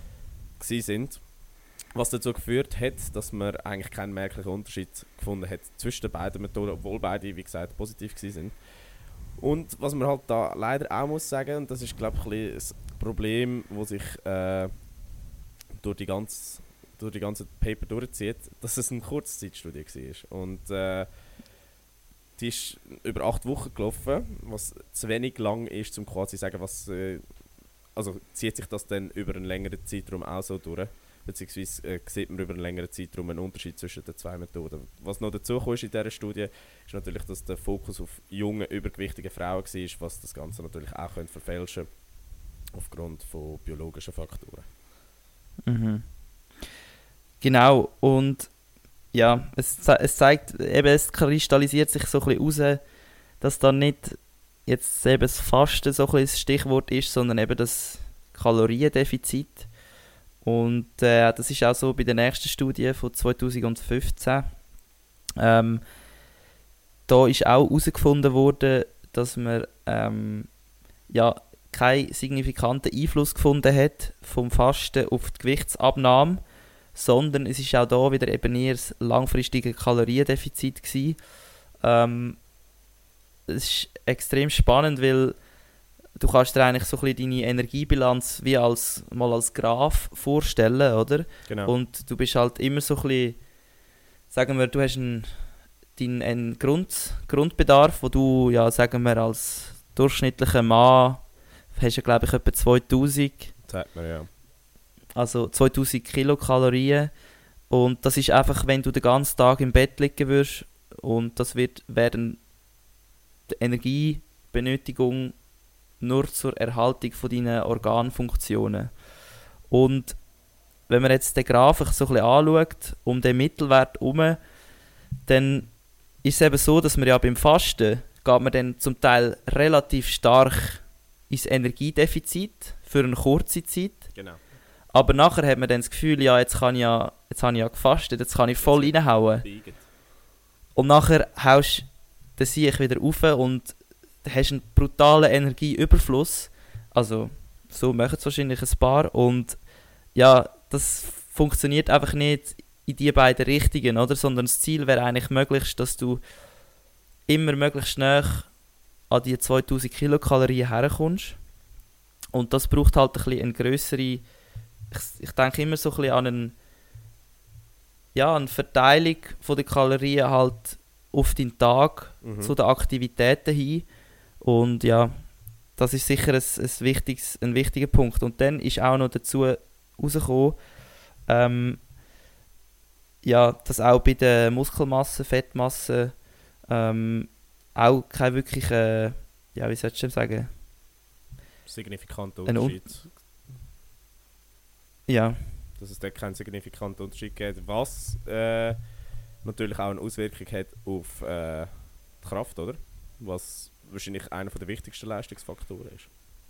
Speaker 3: sind. Was dazu geführt hat, dass man eigentlich keinen merklichen Unterschied gefunden hat zwischen den beiden Methoden, obwohl beide, wie gesagt, positiv waren. Und was man halt da leider auch muss sagen, und das ist, glaube ich, ein bisschen ein Problem, das sich äh, durch die ganze durch die ganze Paper durchzieht, dass es eine Kurzzeitstudie war. Und äh, die ist über acht Wochen gelaufen, was zu wenig lang ist, um quasi zu sagen, was... Äh, also zieht sich das dann über einen längeren Zeitraum auch so durch, beziehungsweise äh, sieht man über einen längeren Zeitraum einen Unterschied zwischen den zwei Methoden. Was noch dazu kam in dieser Studie, ist natürlich, dass der Fokus auf junge, übergewichtige Frauen war, was das Ganze natürlich auch könnte verfälschen aufgrund von biologischen Faktoren.
Speaker 1: Mhm. Genau, und ja, es, ze- es zeigt, eben, es kristallisiert sich so ein bisschen raus, dass da nicht jetzt eben das Fasten so ein bisschen das Stichwort ist, sondern eben das Kaloriendefizit. Und äh, das ist auch so bei der nächsten Studie von zweitausendfünfzehn. Ähm, da ist auch herausgefunden worden, dass man ähm, ja, keinen signifikanten Einfluss gefunden hat vom Fasten auf die Gewichtsabnahme, sondern es ist auch da wieder eben eher das langfristige Kaloriendefizit gewesen. Ähm, es ist extrem spannend, weil du kannst dir eigentlich so ein bisschen deine Energiebilanz wie als, mal als Graph vorstellen, oder?
Speaker 3: Genau.
Speaker 1: Und du bist halt immer so ein bisschen, sagen wir, du hast einen, deinen einen Grund, Grundbedarf, wo du, ja, sagen wir, als durchschnittlicher Mann hast du, glaube ich, etwa zweitausend.
Speaker 3: Sagt man, ja.
Speaker 1: Also zweitausend Kilokalorien. Und das ist einfach, wenn du den ganzen Tag im Bett liegen würdest und das wird während der Energiebenötigung nur zur Erhaltung von deinen Organfunktionen. Und wenn man jetzt den Graphen so ein bisschen anschaut, um den Mittelwert herum, dann ist es eben so, dass man ja beim Fasten geht man dann zum Teil relativ stark ins Energiedefizit für eine kurze Zeit.
Speaker 3: Genau.
Speaker 1: Aber nachher hat man dann das Gefühl, ja, jetzt, kann ich ja, jetzt habe ich ja gefastet, jetzt kann ich voll reinhauen. Und nachher haust du den Sieg wieder rauf und hast einen brutalen Energieüberfluss. Also, so machen es wahrscheinlich ein paar. Und ja, das funktioniert einfach nicht in die beiden Richtungen, oder? Sondern das Ziel wäre eigentlich möglichst, dass du immer möglichst nah an die zweitausend Kilokalorien herkommst. Und das braucht halt ein bisschen eine grössere, ich, ich denke immer so ein bisschen an einen, ja, eine Verteilung von den Kalorien halt auf den Tag, mhm. zu den Aktivitäten hin. Und ja, das ist sicher ein, ein, wichtiges, ein wichtiger Punkt. Und dann ist auch noch dazu rausgekommen, ähm, ja, dass auch bei der Muskelmasse, Fettmasse ähm, auch kein wirklicher, ja, wie soll ich sagen,
Speaker 3: signifikanter Unterschied. Un-
Speaker 1: ja.
Speaker 3: Dass es dort keinen signifikanten Unterschied gibt, was äh, natürlich auch eine Auswirkung hat auf äh, die Kraft, oder? Was wahrscheinlich einer der wichtigsten Leistungsfaktoren ist.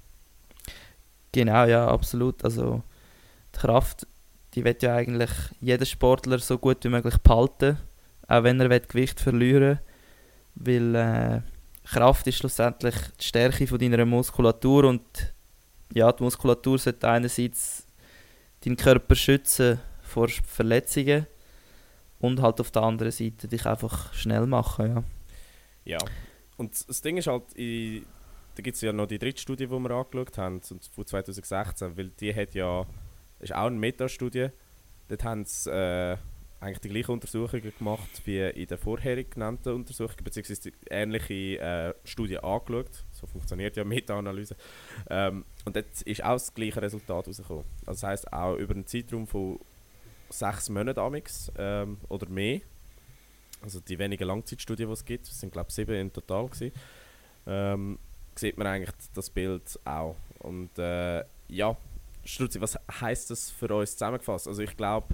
Speaker 1: Genau, ja, absolut. Also die Kraft, die will ja eigentlich jeder Sportler so gut wie möglich behalten, auch wenn er will Gewicht verlieren will, weil äh, Kraft ist schlussendlich die Stärke von deiner Muskulatur und ja, die Muskulatur sollte einerseits deinen Körper schützen vor Verletzungen und halt auf der anderen Seite dich einfach schnell machen, ja.
Speaker 3: Ja, und das Ding ist halt, in, da gibt es ja noch die dritte Studie, die wir angeschaut haben, von zwanzig sechzehn, weil die hat ja, ist auch eine Metastudie, dort haben sie äh, eigentlich die gleichen Untersuchungen gemacht wie in der vorherigen genannten Untersuchung, beziehungsweise die ähnliche äh, Studie angeschaut. So funktioniert ja Meta-Analyse. Ähm, und dort ist auch das gleiche Resultat rausgekommen. Also das heisst, auch über einen Zeitraum von sechs Monaten amix, ähm, oder mehr, also die wenigen Langzeitstudien, die es gibt, es sind glaube ich sieben in total gewesen, ähm, sieht man eigentlich das Bild auch. Und äh, ja, Struzzi, was heisst das für uns zusammengefasst? Also ich glaube,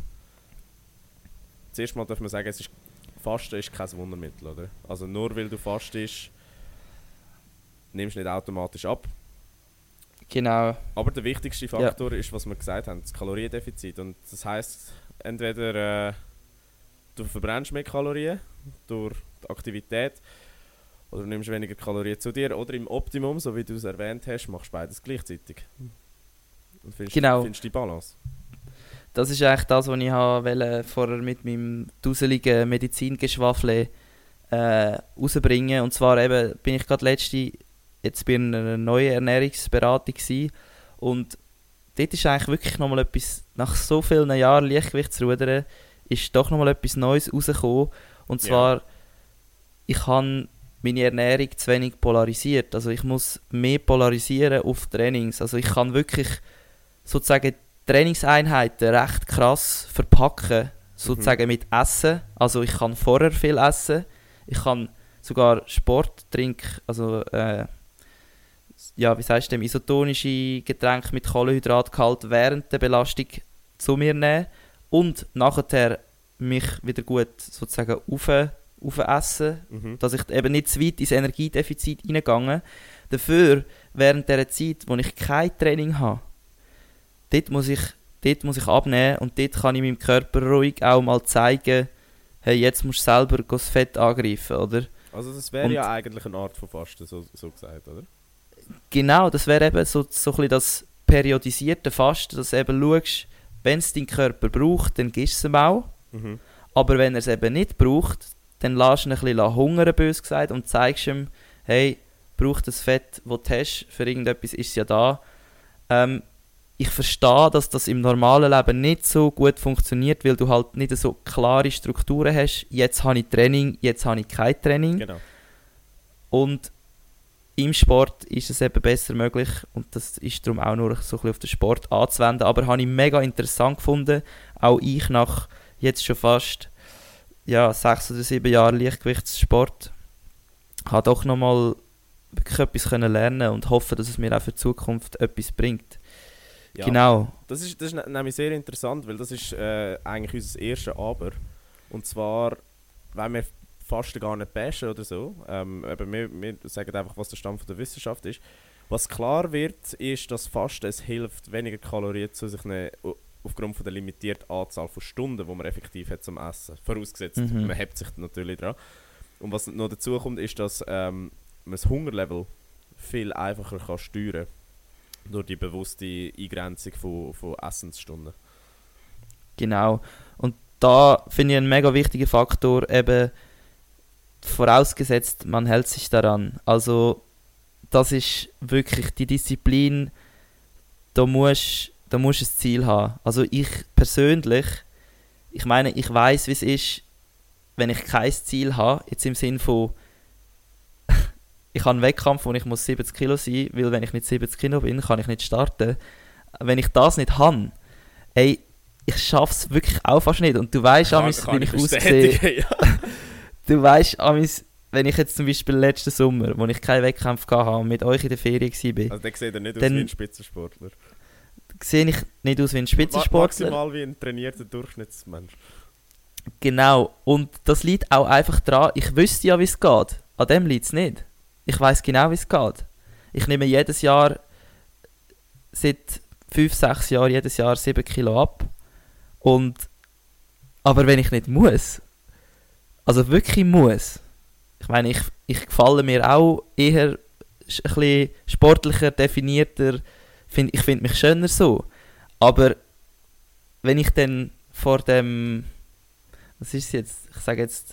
Speaker 3: zuerst mal darf man sagen, es ist, Fasten ist kein Wundermittel, oder? Also nur weil du fastest, nimmst du nicht automatisch ab.
Speaker 1: Genau.
Speaker 3: Aber der wichtigste Faktor
Speaker 1: ja.
Speaker 3: ist, was wir gesagt haben, das Kaloriendefizit. Und das heisst, entweder äh, du verbrennst mehr Kalorien durch die Aktivität oder du nimmst weniger Kalorien zu dir oder im Optimum, so wie du es erwähnt hast, machst du beides gleichzeitig. Und findest,
Speaker 1: genau.
Speaker 3: findest die Balance.
Speaker 1: Das ist eigentlich das, was ich wollte, vorher mit meinem duseligen Medizingeschwafel äh, rausbringen. Und zwar eben, bin ich gerade letzte jetzt bei einer neuen Ernährungsberatung gewesen. Und dort ist eigentlich wirklich nochmal etwas, nach so vielen Jahren Leichtgewichtsrudern, ist doch nochmal etwas Neues rausgekommen. Und zwar, yeah. ich habe meine Ernährung zu wenig polarisiert. Also ich muss mehr polarisieren auf Trainings. Also ich kann wirklich sozusagen Trainingseinheiten recht krass verpacken, sozusagen mhm. mit Essen. Also ich kann vorher viel essen. Ich kann sogar Sport trinken, also äh, ja, wie sagst du dem, isotonische Getränke mit Kohlenhydratgehalt während der Belastung zu mir nehmen und nachher mich wieder gut sozusagen auf, auf essen, mhm. dass ich eben nicht zu weit ins Energiedefizit reingehe. Dafür, während dieser Zeit, wo ich kein Training habe, dort muss ich, dort muss ich abnehmen und dort kann ich meinem Körper ruhig auch mal zeigen, hey, jetzt musst du selber das Fett angreifen, oder?
Speaker 3: Also das wäre ja eigentlich eine Art von Fasten, so, so gesagt, oder?
Speaker 1: Genau, das wäre eben so, so ein bisschen das periodisierte Fasten, dass du eben schaust, wenn es dein Körper braucht, dann gibst du es ihm auch. Mhm. Aber wenn er es eben nicht braucht, dann lässt du ihn ein bisschen hungern, bös gesagt, und zeigst ihm, hey, braucht das Fett, das du hast, für irgendetwas ist es ja da. Ähm, ich verstehe, dass das im normalen Leben nicht so gut funktioniert, weil du halt nicht so klare Strukturen hast. Jetzt habe ich Training, jetzt habe ich kein Training.
Speaker 3: Genau.
Speaker 1: Und im Sport ist es eben besser möglich und das ist darum auch nur so ein bisschen auf den Sport anzuwenden. Aber habe ich mega interessant gefunden, auch ich nach jetzt schon fast ja, sechs oder sieben Jahren Leichtgewichtssport habe doch nochmal wirklich etwas können lernen und hoffe, dass es mir auch für die Zukunft etwas bringt.
Speaker 3: Ja,
Speaker 1: genau.
Speaker 3: Das ist, das ist nämlich sehr interessant, weil das ist äh, eigentlich unser erstes Aber. Und zwar, wenn wir Fasten gar nicht bashen oder so, ähm, aber wir, wir sagen einfach, was der Stand von der Wissenschaft ist. Was klar wird, ist, dass Fasten es hilft, weniger Kalorien zu sich nehmen, aufgrund von der limitierten Anzahl von Stunden, die man effektiv hat zum Essen. Vorausgesetzt,
Speaker 1: Mhm.
Speaker 3: man hebt sich natürlich dran. Und was noch dazu kommt, ist, dass ähm, man das Hungerlevel viel einfacher kann steuern kann durch die bewusste Eingrenzung von, von Essensstunden.
Speaker 1: Genau. Und da finde ich einen mega wichtigen Faktor, eben vorausgesetzt, man hält sich daran. Also das ist wirklich die Disziplin, da musst da musst du ein Ziel haben. Also ich persönlich, ich meine, ich weiß, wie es ist, wenn ich kein Ziel habe, jetzt im Sinn von ich habe einen Wettkampf, wo ich muss siebzig Kilo sein muss, weil wenn ich nicht siebzig Kilo bin, kann ich nicht starten. Wenn ich das nicht habe, ey, ich schaffe es wirklich auch fast nicht. Und du weißt,
Speaker 3: Kann-
Speaker 1: amis,
Speaker 3: kann
Speaker 1: wie ich
Speaker 3: ich
Speaker 1: aussehe.
Speaker 3: bestätigen, ja.
Speaker 1: Du weißt, amis, wenn ich jetzt zum Beispiel letzten Sommer, wo ich keine Wettkämpfe hatte und mit euch in der Ferien war,
Speaker 3: Also der sieht ja nicht aus
Speaker 1: Dann-
Speaker 3: wie ein Spitzensportler.
Speaker 1: sehe ich nicht aus wie ein Spitzensportler.
Speaker 3: Maximal wie ein trainierter Durchschnittsmensch.
Speaker 1: Genau. Und das liegt auch einfach daran, ich wüsste ja, wie es geht. An dem liegt es nicht. Ich weiß genau, wie es geht. Ich nehme jedes Jahr, seit fünf, sechs Jahren, jedes Jahr sieben Kilo ab. Und, aber wenn ich nicht muss, also wirklich muss, ich meine, ich, ich gefalle mir auch eher ein bisschen sportlicher, definierter, find, ich finde mich schöner so. Aber wenn ich dann vor dem, was ist es jetzt, ich sage jetzt,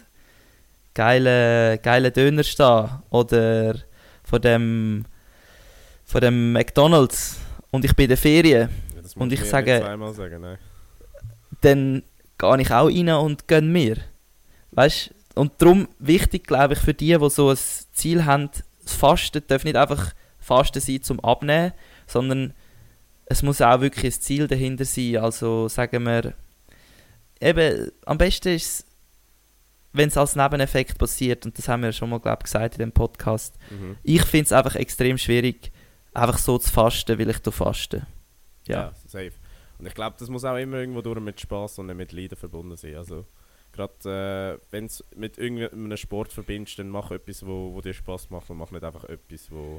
Speaker 1: geile, geile Döner stehe oder vor dem, vor dem McDonald's und ich bin in der Ferien,
Speaker 3: Ja, das
Speaker 1: Und
Speaker 3: musst
Speaker 1: ich
Speaker 3: du mir
Speaker 1: sage-
Speaker 3: nicht zweimal sagen, nein.
Speaker 1: dann gehe ich auch rein und gönne mir. Weißt? Und darum wichtig, glaube ich, für die, die so ein Ziel haben, das Fasten darf nicht einfach Fasten sein zum Abnehmen, sondern es muss auch wirklich ein Ziel dahinter sein. Also sagen wir, eben, am besten ist es, wenn es als Nebeneffekt passiert, und das haben wir schon mal, glaube ich, gesagt in dem Podcast.
Speaker 3: Mhm.
Speaker 1: Ich finde es einfach extrem schwierig, einfach so zu fasten, weil ich da faste. Ja.
Speaker 3: Ja, safe. Und ich glaube, das muss auch immer irgendwo durch mit Spass und nicht mit Leiden verbunden sein. Also, gerade äh, wenn du es mit irgendeinem Sport verbindest, dann mach etwas, wo, wo dir Spass macht und mach nicht einfach etwas, wo,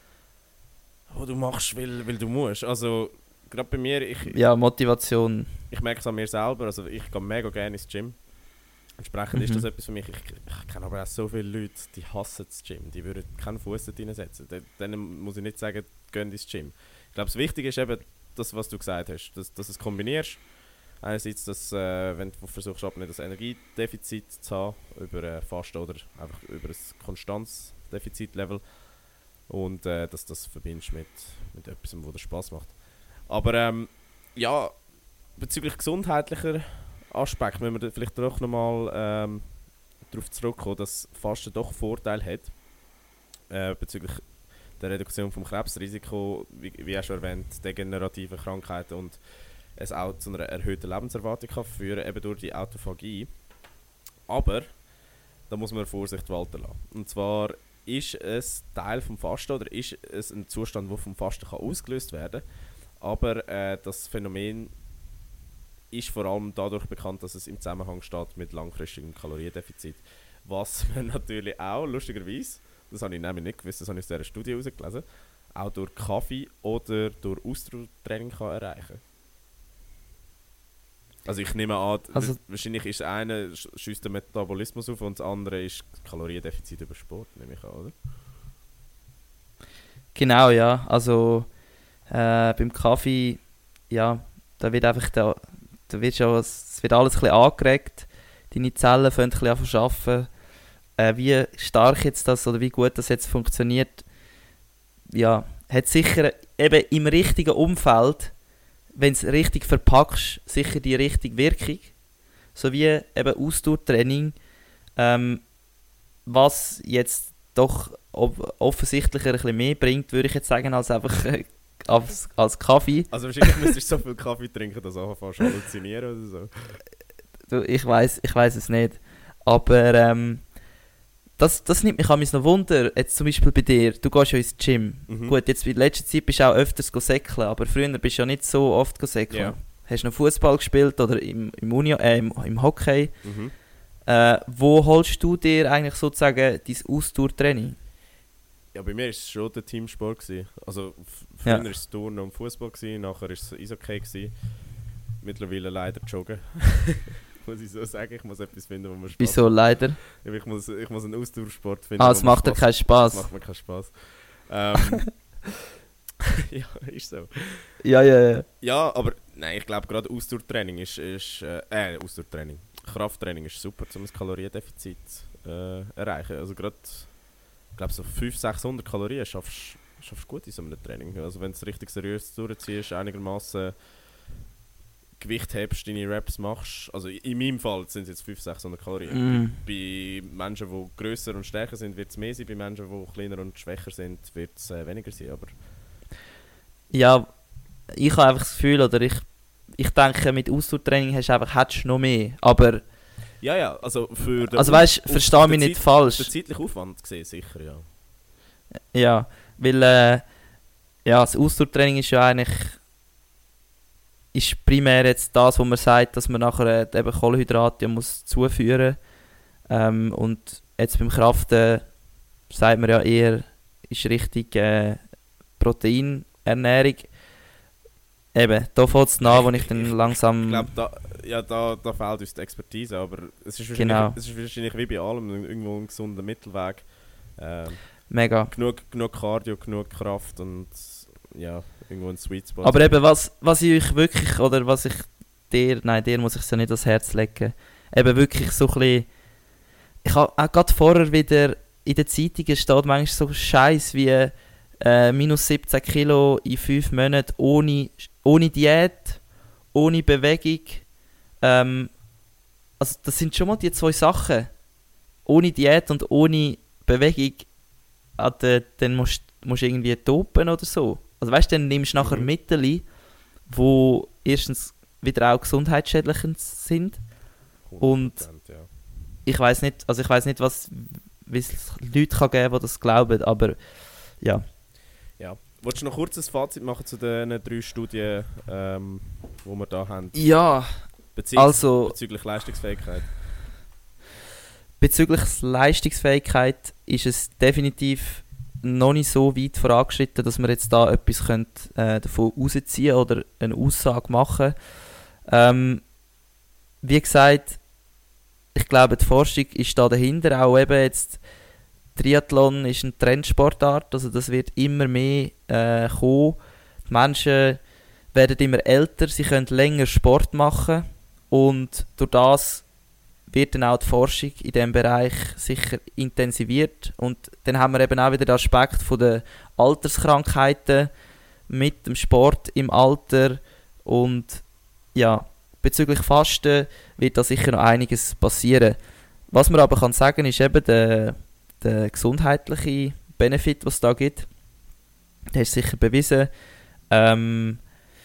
Speaker 3: wo du machst, weil, weil du musst. Also, gerade bei mir, ich,
Speaker 1: Ja, Motivation.
Speaker 3: ich merke es an mir selber, also ich gehe mega gerne ins Gym. Entsprechend
Speaker 1: Mhm.
Speaker 3: ist das etwas für mich. Ich, ich kenne aber auch so viele Leute, die hassen das Gym. Die würden keinen Fuß dort reinsetzen. Dann- Denen muss ich nicht sagen, geh ins Gym. Ich glaube, das Wichtige ist eben das, was du gesagt hast, dass, dass du es kombinierst. Einerseits, dass, äh, wenn du versuchst, abnehmen, das Energiedefizit zu haben, über äh, Fasten oder einfach über ein Konstanzdefizitlevel. Und äh, dass du das verbindest mit, mit etwas, was dir Spass macht. Aber ähm, ja, bezüglich gesundheitlicher Aspekt müssen wir da vielleicht doch nochmal ähm, darauf zurückkommen, dass Fasten doch Vorteile hat äh, bezüglich der Reduktion vom Krebsrisiko, wie, wie auch schon erwähnt, degenerative Krankheiten und es auch zu einer erhöhten Lebenserwartung kann führen, eben durch die Autophagie. Aber da muss man Vorsicht walten lassen. Und zwar ist es Teil vom Fasten oder ist es ein Zustand, der vom Fasten kann ausgelöst werden kann. Aber äh, das Phänomen ist vor allem dadurch bekannt, dass es im Zusammenhang steht mit langfristigem Kaloriendefizit. Was man natürlich auch, lustigerweise, das habe ich nämlich nicht gewusst, das habe ich aus dieser Studie herausgelesen, auch durch Kaffee oder durch Ausdauertraining kann erreichen. Also ich nehme an,
Speaker 1: Also-
Speaker 3: wahrscheinlich ist das eine schießt den Metabolismus auf und das andere ist Kaloriendefizit über Sport, nehme ich an, oder?
Speaker 1: Genau, ja. Also äh, beim Kaffee, ja, da wird einfach da, da wird schon, es wird alles ein bisschen angeregt. Deine Zellen fangen ein bisschen an zu arbeiten. Äh, wie stark jetzt das oder wie gut das jetzt funktioniert, ja, hat sicher eben im richtigen Umfeld, wenn du es richtig verpackst, sicher die richtige Wirkung. So wie eben Ausdauertraining, ähm, was jetzt doch ob, offensichtlich ein bisschen mehr bringt, würde ich jetzt sagen, als einfach äh, als, als Kaffee.
Speaker 3: Also wahrscheinlich müsstest du so viel Kaffee trinken, dass du anfängst zu halluzinieren oder so.
Speaker 1: Du, ich weiß ich weiß es nicht. Aber ähm, das, das nimmt mich an mich noch Wunder. Jetzt zum Beispiel bei dir, du gehst ja ins Gym.
Speaker 3: Mhm.
Speaker 1: Gut, jetzt in letzter Zeit bist du auch öfters säckeln, aber früher bist du ja nicht so oft säckeln.
Speaker 3: Ja.
Speaker 1: Hast du noch Fußball gespielt oder im, im, Uni, äh, im, im Hockey?
Speaker 3: Mhm.
Speaker 1: Äh, wo holst du dir eigentlich sozusagen dein Ausdauertraining?
Speaker 3: Ja, bei mir war es schon der Teamsport gewesen. Also f- früher
Speaker 1: Ja.
Speaker 3: war es Turnen und Fußball, gewesen, nachher war es Eishockey gewesen. Mittlerweile leider Joggen. Muss ich so sagen, ich muss etwas finden, wo man Spaß
Speaker 1: Wieso leider?
Speaker 3: macht. Ich muss, ich muss einen Ausdauersport finden.
Speaker 1: Ah,
Speaker 3: wo
Speaker 1: es
Speaker 3: mir
Speaker 1: macht dir
Speaker 3: Spaß-
Speaker 1: keinen Spass.
Speaker 3: Das macht mir keinen Spass. Ähm, ja, ist so.
Speaker 1: Ja, ja, ja.
Speaker 3: Ja, aber nein, ich glaube gerade Ausdauertraining ist, ist äh, äh, Ausdauertraining. Krafttraining ist super, um ein Kaloriendefizit äh, erreichen. Also gerade, ich glaube so fünfhundert, sechshundert Kalorien schaffst du gut in so einem Training. Also wenn du es richtig seriös durchziehst, einigermaßen Gewicht hebst, deine Reps machst. Also in meinem Fall sind es jetzt fünfhundert, sechshundert Kalorien.
Speaker 1: Mm.
Speaker 3: Bei Menschen, die grösser und stärker sind, wird es mehr sein. Bei Menschen, die kleiner und schwächer sind, wird es äh, weniger sein. Aber
Speaker 1: Ja, ich habe einfach das Gefühl, oder ich, ich denke, mit Ausdauertraining hast du einfach hättest du noch mehr. Aber,
Speaker 3: ja, ja, also für den
Speaker 1: also weißt,
Speaker 3: Auf-
Speaker 1: versteh
Speaker 3: auf
Speaker 1: mich
Speaker 3: den
Speaker 1: nicht
Speaker 3: Zeit-
Speaker 1: falsch.
Speaker 3: Der zeitliche Aufwand gesehen, sicher, ja.
Speaker 1: Ja, weil äh, ja, das Ausdauertraining ist ja eigentlich ist primär jetzt das, wo man sagt, dass man nachher äh, eben Kohlenhydrate ja muss zuführen ähm, und jetzt beim Kraften sagt man ja eher, ist richtig äh, Proteinernährung. Eben, da fängt es an, wo ich dann
Speaker 3: Ich
Speaker 1: langsam...
Speaker 3: glaube, da, ja, da, da fehlt uns die Expertise, aber es ist wahrscheinlich,
Speaker 1: Genau.
Speaker 3: es ist wahrscheinlich wie bei allem irgendwo ein gesunder Mittelweg. Ähm,
Speaker 1: Mega.
Speaker 3: genug, genug Cardio, genug Kraft und ja, irgendwo ein Sweet Spot.
Speaker 1: Aber eben, was, was ich euch wirklich, oder was ich dir, nein, dir muss ich es ja nicht ans Herz legen, eben wirklich so ein bisschen, ich habe auch gerade vorher wieder in den Zeitungen steht manchmal so Scheiß wie äh, minus siebzehn Kilo in fünf Monaten ohne, ohne Diät, ohne Bewegung. Ähm, also das sind schon mal die zwei Sachen. Ohne Diät und ohne Bewegung, ah, de, dann musst du irgendwie topen oder so. Also weißt du, dann nimmst du nachher
Speaker 3: Mhm.
Speaker 1: Mittel, die erstens wieder auch gesundheitsschädlich sind.
Speaker 3: hundert Prozent, ja.
Speaker 1: Ich weiß nicht, also ich weiß nicht, was wie es Leute kann geben, die das glauben, aber ja.
Speaker 3: Ja. Wolltest du noch kurz ein Fazit machen zu den drei Studien, ähm, die wir da haben?
Speaker 1: Ja,
Speaker 3: Beziehungs-
Speaker 1: also
Speaker 3: bezüglich Leistungsfähigkeit.
Speaker 1: bezüglich Leistungsfähigkeit ist es definitiv noch nicht so weit vorangeschritten, dass man jetzt da etwas könnt, äh, davon rausziehen oder eine Aussage machen. Ähm, wie gesagt, ich glaube, die Forschung ist da dahinter. Auch eben jetzt Triathlon ist eine Trendsportart, also das wird immer mehr äh, kommen. Die Menschen werden immer älter, sie können länger Sport machen und durch das wird dann auch die Forschung in diesem Bereich sicher intensiviert. Und dann haben wir eben auch wieder den Aspekt von der Alterskrankheiten mit dem Sport im Alter. Und ja, bezüglich Fasten wird da sicher noch einiges passieren. Was man aber kann sagen, ist eben der, der gesundheitliche Benefit, was es da gibt. Der ist sicher bewiesen. Ähm,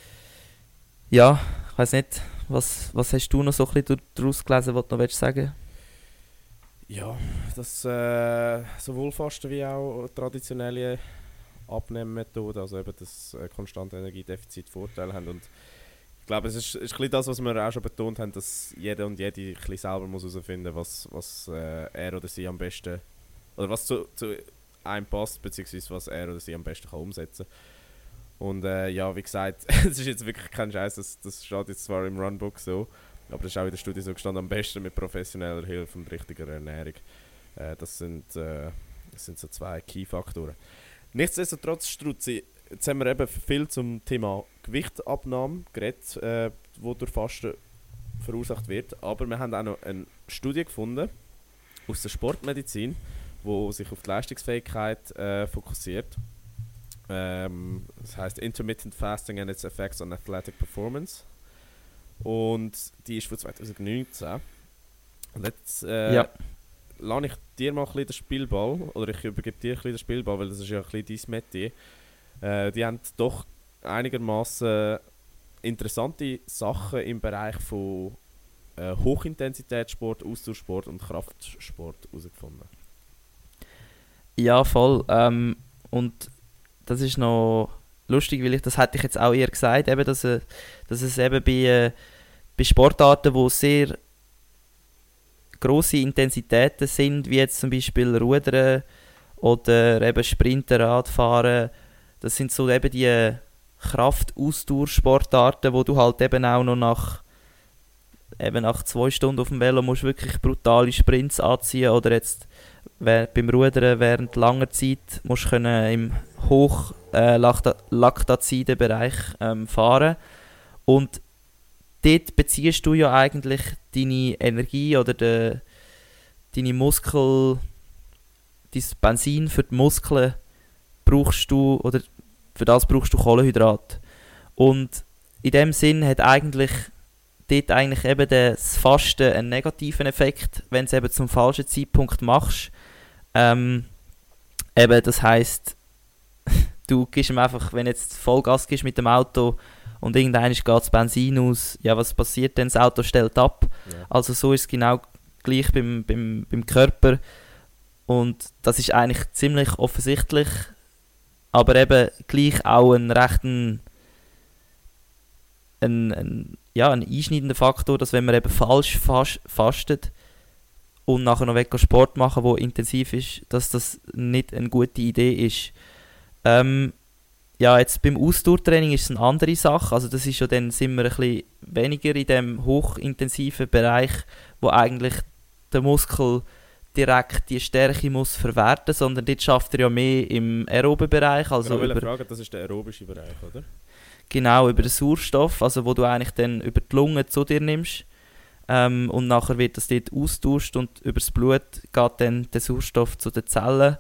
Speaker 1: ja, ich weiß nicht, was, was hast du noch so ein bisschen daraus gelesen, was du noch willst sagen?
Speaker 3: Ja, dass äh, sowohl Fasten wie auch traditionelle Abnehmmethoden, also eben das äh, konstante Energiedefizit Vorteile haben. Und ich glaube, es ist, ist ein bisschen das, was wir auch schon betont haben, dass jeder und jede ein bisschen selber muss herausfinden muss, was, was äh, er oder sie am besten, oder was zu, zu einem passt, beziehungsweise was er oder sie am besten kann umsetzen kann. Und äh, ja, wie gesagt, es ist jetzt wirklich kein Scheiß, das, das steht jetzt zwar im Runbook so, aber das ist auch in der Studie so gestanden, am besten mit professioneller Hilfe und richtiger Ernährung. Äh, das, sind, äh, das sind so zwei Key-Faktoren. Nichtsdestotrotz, Struzzi, jetzt haben wir eben viel zum Thema Gewichtsabnahme geredet, äh, wo durch Fasten verursacht wird, aber wir haben auch noch eine Studie gefunden aus der Sportmedizin, die sich auf die Leistungsfähigkeit äh, fokussiert. Ähm, das heißt Intermittent Fasting and its Effects on Athletic Performance. Und die ist von zwanzig neunzehn. Und jetzt äh,
Speaker 1: Ja.
Speaker 3: lasse ich dir mal ein bisschen den Spielball, oder ich übergebe dir ein bisschen den Spielball, weil das ist ja ein bisschen dein Metier. Äh, die haben doch einigermaßen interessante Sachen im Bereich von äh, Hochintensitätssport, Ausdauersport und Kraftsport herausgefunden.
Speaker 1: Ja, voll. Ähm, und das ist noch lustig, weil ich das hätte ich jetzt auch eher gesagt, eben, dass, äh, dass es eben bei, äh, bei Sportarten, wo sehr grosse Intensitäten sind, wie jetzt zum Beispiel Rudern oder eben Sprinten, Radfahren. Das sind so eben die Kraft-Ausdauersportarten, wo du halt eben auch noch nach, eben nach zwei Stunden auf dem Velo musst wirklich brutale Sprints anziehen oder jetzt wer, beim Rudern während langer Zeit musst können im Hoch-Laktaziden-Bereich äh, ähm, fahren. Und dort beziehst du ja eigentlich deine Energie oder de, deine Muskel, dein Benzin für die Muskeln brauchst du, oder für das brauchst du Kohlenhydrat. Und in dem Sinn hat eigentlich dort eigentlich eben das Fasten einen negativen Effekt, wenn du es eben zum falschen Zeitpunkt machst. Ähm, eben, das heisst, du gibst ihm einfach, wenn du jetzt Vollgas gibst mit dem Auto und irgendwann geht das Benzin aus, ja, was passiert denn? Das Auto stellt ab.
Speaker 3: Ja.
Speaker 1: Also so ist es genau gleich beim, beim, beim Körper. Und das ist eigentlich ziemlich offensichtlich, aber eben gleich auch ein rechten ein, ein, ja, ein einschneidender Faktor, dass wenn man eben falsch fast, fastet und nachher noch weg Sport machen, wo intensiv ist, dass das nicht eine gute Idee ist. Ähm, ja, jetzt beim Ausdauertraining ist es eine andere Sache. Also das ist ja dann, sind wir ein bisschen weniger in dem hochintensiven Bereich, wo eigentlich der Muskel direkt die Stärke muss verwerten, sondern dort schafft er ja mehr im aeroben Bereich. Also
Speaker 3: genau,
Speaker 1: über,
Speaker 3: fragen, das ist der aerobische Bereich, oder?
Speaker 1: Genau, über den Sauerstoff, also wo du eigentlich dann über die Lunge zu dir nimmst. Ähm, und nachher wird das dort austauscht und über das Blut geht dann der Sauerstoff zu den Zellen.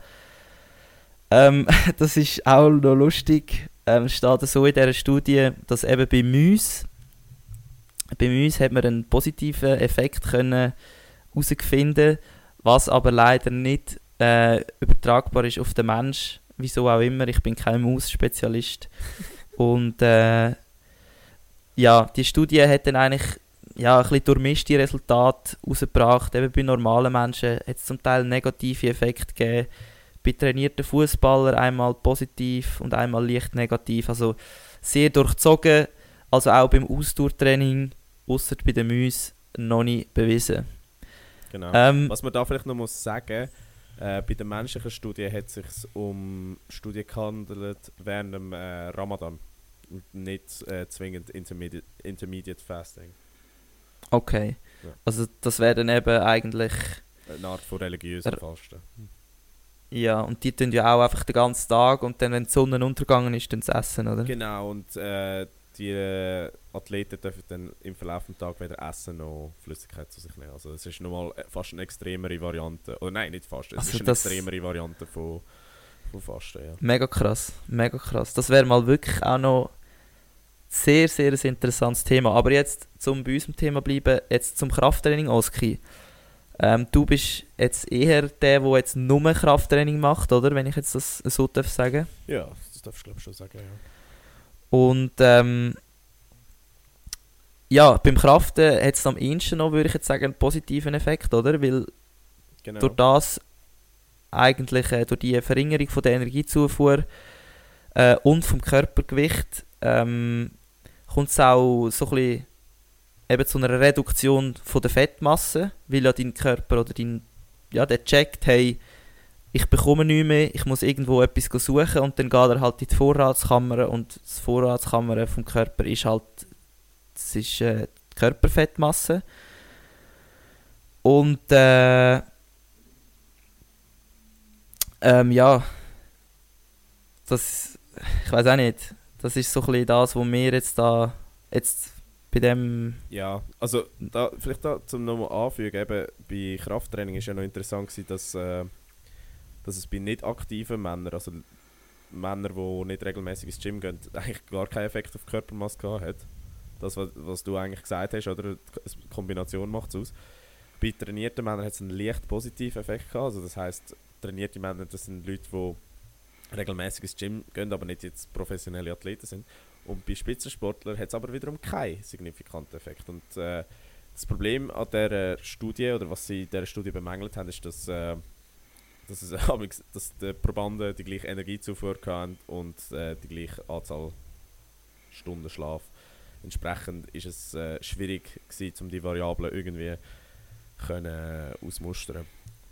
Speaker 1: Ähm, das ist auch noch lustig. Ähm, es steht so in dieser Studie, dass eben bei Mäusen, bei Mäusen hat man einen positiven Effekt können herausfinden, was aber leider nicht äh, übertragbar ist auf den Mensch. Wieso auch immer, ich bin kein Mausspezialist. Und äh, ja, die Studie hat dann eigentlich ja, ein bisschen durchmischte Resultate herausgebracht. Eben bei normalen Menschen hat es zum Teil negative Effekte gegeben. Bei trainierten Fußballern einmal positiv und einmal leicht negativ. Also sehr durchzogen. Also auch beim Ausdauertraining, ausser bei den Mäusen, noch nicht bewiesen.
Speaker 3: Genau.
Speaker 1: Ähm,
Speaker 3: Was man da vielleicht noch muss sagen, äh, bei der menschlichen Studie hat es sich um Studien gehandelt während dem äh, Ramadan und nicht äh, zwingend Intermediate, Intermediate Fasting.
Speaker 1: Okay.
Speaker 3: Ja.
Speaker 1: Also das wäre dann eben eigentlich...
Speaker 3: Eine Art von religiösem
Speaker 1: Er-
Speaker 3: Fasten.
Speaker 1: Ja, und die tun ja auch einfach den ganzen Tag und dann, wenn die Sonne untergegangen ist, dann das Essen, oder?
Speaker 3: Genau, und äh, die äh, Athleten dürfen dann im Verlauf des Tages weder Essen noch Flüssigkeit zu sich nehmen. Also es ist nochmal fast eine extremere Variante, oder nein, nicht fast, es
Speaker 1: Also
Speaker 3: ist eine
Speaker 1: das-
Speaker 3: extremere Variante von, von Fasten, ja.
Speaker 1: Mega krass, mega krass. Das wäre mal wirklich auch noch sehr, sehr ein interessantes Thema. Aber jetzt, zum bei unserem Thema bleiben, jetzt zum Krafttraining, Oski. Ähm, du bist jetzt eher der, der jetzt nur Krafttraining macht, oder? Wenn ich jetzt das so darf sagen.
Speaker 3: Ja, das darfst du glaube ich schon sagen, ja.
Speaker 1: Und ähm, ja, beim Kraften hat es am ehesten noch, würde ich jetzt sagen, einen positiven Effekt, oder? Weil
Speaker 3: Genau.
Speaker 1: durch das eigentlich, äh, durch die Verringerung von der Energiezufuhr äh, und vom Körpergewicht ähm, kommt es auch so ein bisschen eben zu einer Reduktion von der Fettmasse, weil ja dein Körper oder dein, ja, der checkt, hey, ich bekomme nichts mehr, ich muss irgendwo etwas suchen und dann geht er halt in die Vorratskammer und die Vorratskammer vom Körper ist halt, das ist äh, die Körperfettmasse. Und äh, ähm, ja, das, ich weiß auch nicht, das ist so ein bisschen das, was wir jetzt da, jetzt bei dem...
Speaker 3: Ja, also da, vielleicht da zum nochmal anfügen, eben bei Krafttraining ist ja noch interessant gewesen, dass, äh, dass es bei nicht aktiven Männern, also Männer, die nicht regelmäßig ins Gym gehen, eigentlich gar keinen Effekt auf die Körpermasse gehabt hat. Das, was, was du eigentlich gesagt hast, oder die Kombination macht es aus. Bei trainierten Männern hat es einen leicht positiven Effekt gehabt, also das heisst, trainierte Männer, das sind Leute, die regelmäßig ins Gym gehen, aber nicht jetzt professionelle Athleten sind. Und bei Spitzensportlern hat es aber wiederum keinen signifikanten Effekt. Und äh, das Problem an dieser Studie, oder was sie in dieser Studie bemängelt haben, ist, dass, äh, dass, es, dass die Probanden die gleiche Energiezufuhr hatten und äh, die gleiche Anzahl Stunden Schlaf. Entsprechend ist es äh, schwierig gewesen, um die Variablen irgendwie können, äh, ausmustern.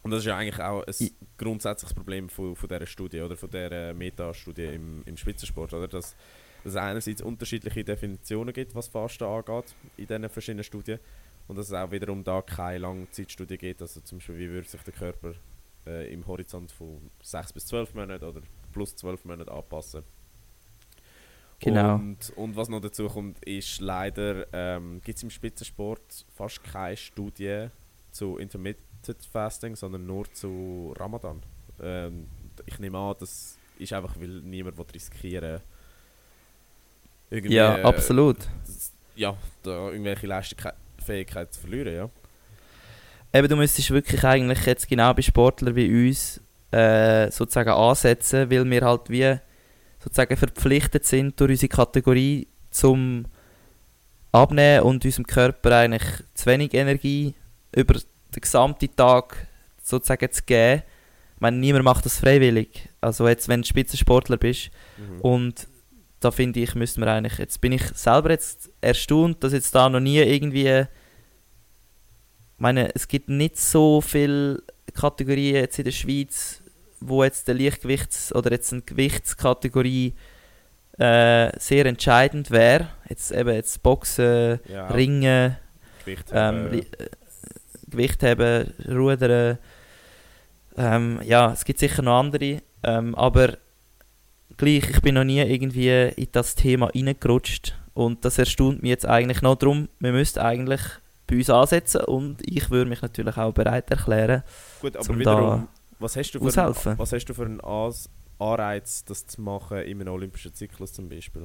Speaker 3: Und das ist ja eigentlich auch ein
Speaker 1: I-
Speaker 3: grundsätzliches Problem von, von dieser Studie oder von dieser Metastudie im, im Spitzensport, oder? Dass, dass es einerseits unterschiedliche Definitionen gibt, was Fasten angeht, in diesen verschiedenen Studien. Und dass es auch wiederum da keine Langzeitstudie gibt. Also zum Beispiel, wie würde sich der Körper äh, im Horizont von sechs bis zwölf Monaten oder plus zwölf Monaten anpassen.
Speaker 1: Genau.
Speaker 3: Und, und was noch dazu kommt, ist leider, ähm, gibt es im Spitzensport fast keine Studie zu Intermittent Fasting, sondern nur zu Ramadan. Ähm, ich nehme an, das ist einfach, weil niemand will riskieren irgendwie,
Speaker 1: Ja,
Speaker 3: äh,
Speaker 1: absolut.
Speaker 3: das, ja, da irgendwelche Leistungsfähigkeit zu verlieren, ja.
Speaker 1: Eben, du müsstest wirklich eigentlich jetzt genau bei Sportlern wie uns äh, sozusagen ansetzen, weil wir halt wie sozusagen verpflichtet sind durch unsere Kategorie zum Abnehmen und unserem Körper eigentlich zu wenig Energie über den gesamten Tag sozusagen zu geben. Ich meine, niemand macht das freiwillig. Also jetzt, wenn du Spitzensportler bist.
Speaker 3: Mhm.
Speaker 1: Und da finde ich, müssen wir eigentlich, jetzt bin ich selber jetzt erstaunt, dass jetzt da noch nie irgendwie, ich meine, es gibt nicht so viele Kategorien jetzt in der Schweiz, wo jetzt der Leichtgewichts- oder jetzt eine Gewichtskategorie äh, sehr entscheidend wäre. Jetzt eben jetzt Boxen,
Speaker 3: Ja,
Speaker 1: Ringen,
Speaker 3: Gewicht
Speaker 1: ähm,
Speaker 3: haben,
Speaker 1: Li- äh, Gewichtheben, Rudern. Ähm, ja, es gibt sicher noch andere, ähm, aber gleich, ich bin noch nie irgendwie in das Thema reingerutscht und das erstaunt mich jetzt eigentlich noch darum, wir müssten eigentlich bei uns ansetzen und ich würde mich natürlich auch bereit erklären,
Speaker 3: Gut, aber
Speaker 1: zum
Speaker 3: wiederum,
Speaker 1: da
Speaker 3: was hast du für
Speaker 1: aushelfen.
Speaker 3: einen, was hast du für einen As- Anreiz, das zu machen in einem olympischen Zyklus zum Beispiel?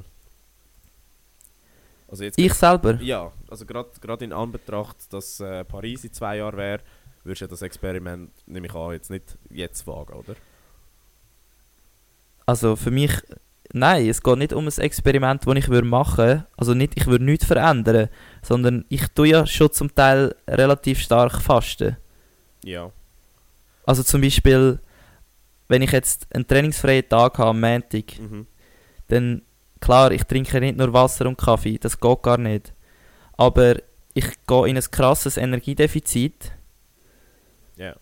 Speaker 3: Also jetzt
Speaker 1: Ich selber?
Speaker 3: Ja, also gerade in Anbetracht, dass äh, Paris in zwei Jahren wäre, würdest du ja das Experiment, nehme ich an, jetzt nicht jetzt wagen, oder?
Speaker 1: Also für mich, nein, es geht nicht um ein Experiment, das ich würde machen. Also nicht, ich würde nichts verändern, sondern ich tue ja schon zum Teil relativ stark fasten.
Speaker 3: Ja.
Speaker 1: Also zum Beispiel, wenn ich jetzt einen trainingsfreien Tag habe am Montag,
Speaker 3: Mhm.
Speaker 1: dann, klar, ich trinke nicht nur Wasser und Kaffee, das geht gar nicht. Aber ich gehe in ein krasses Energiedefizit.
Speaker 3: Ja.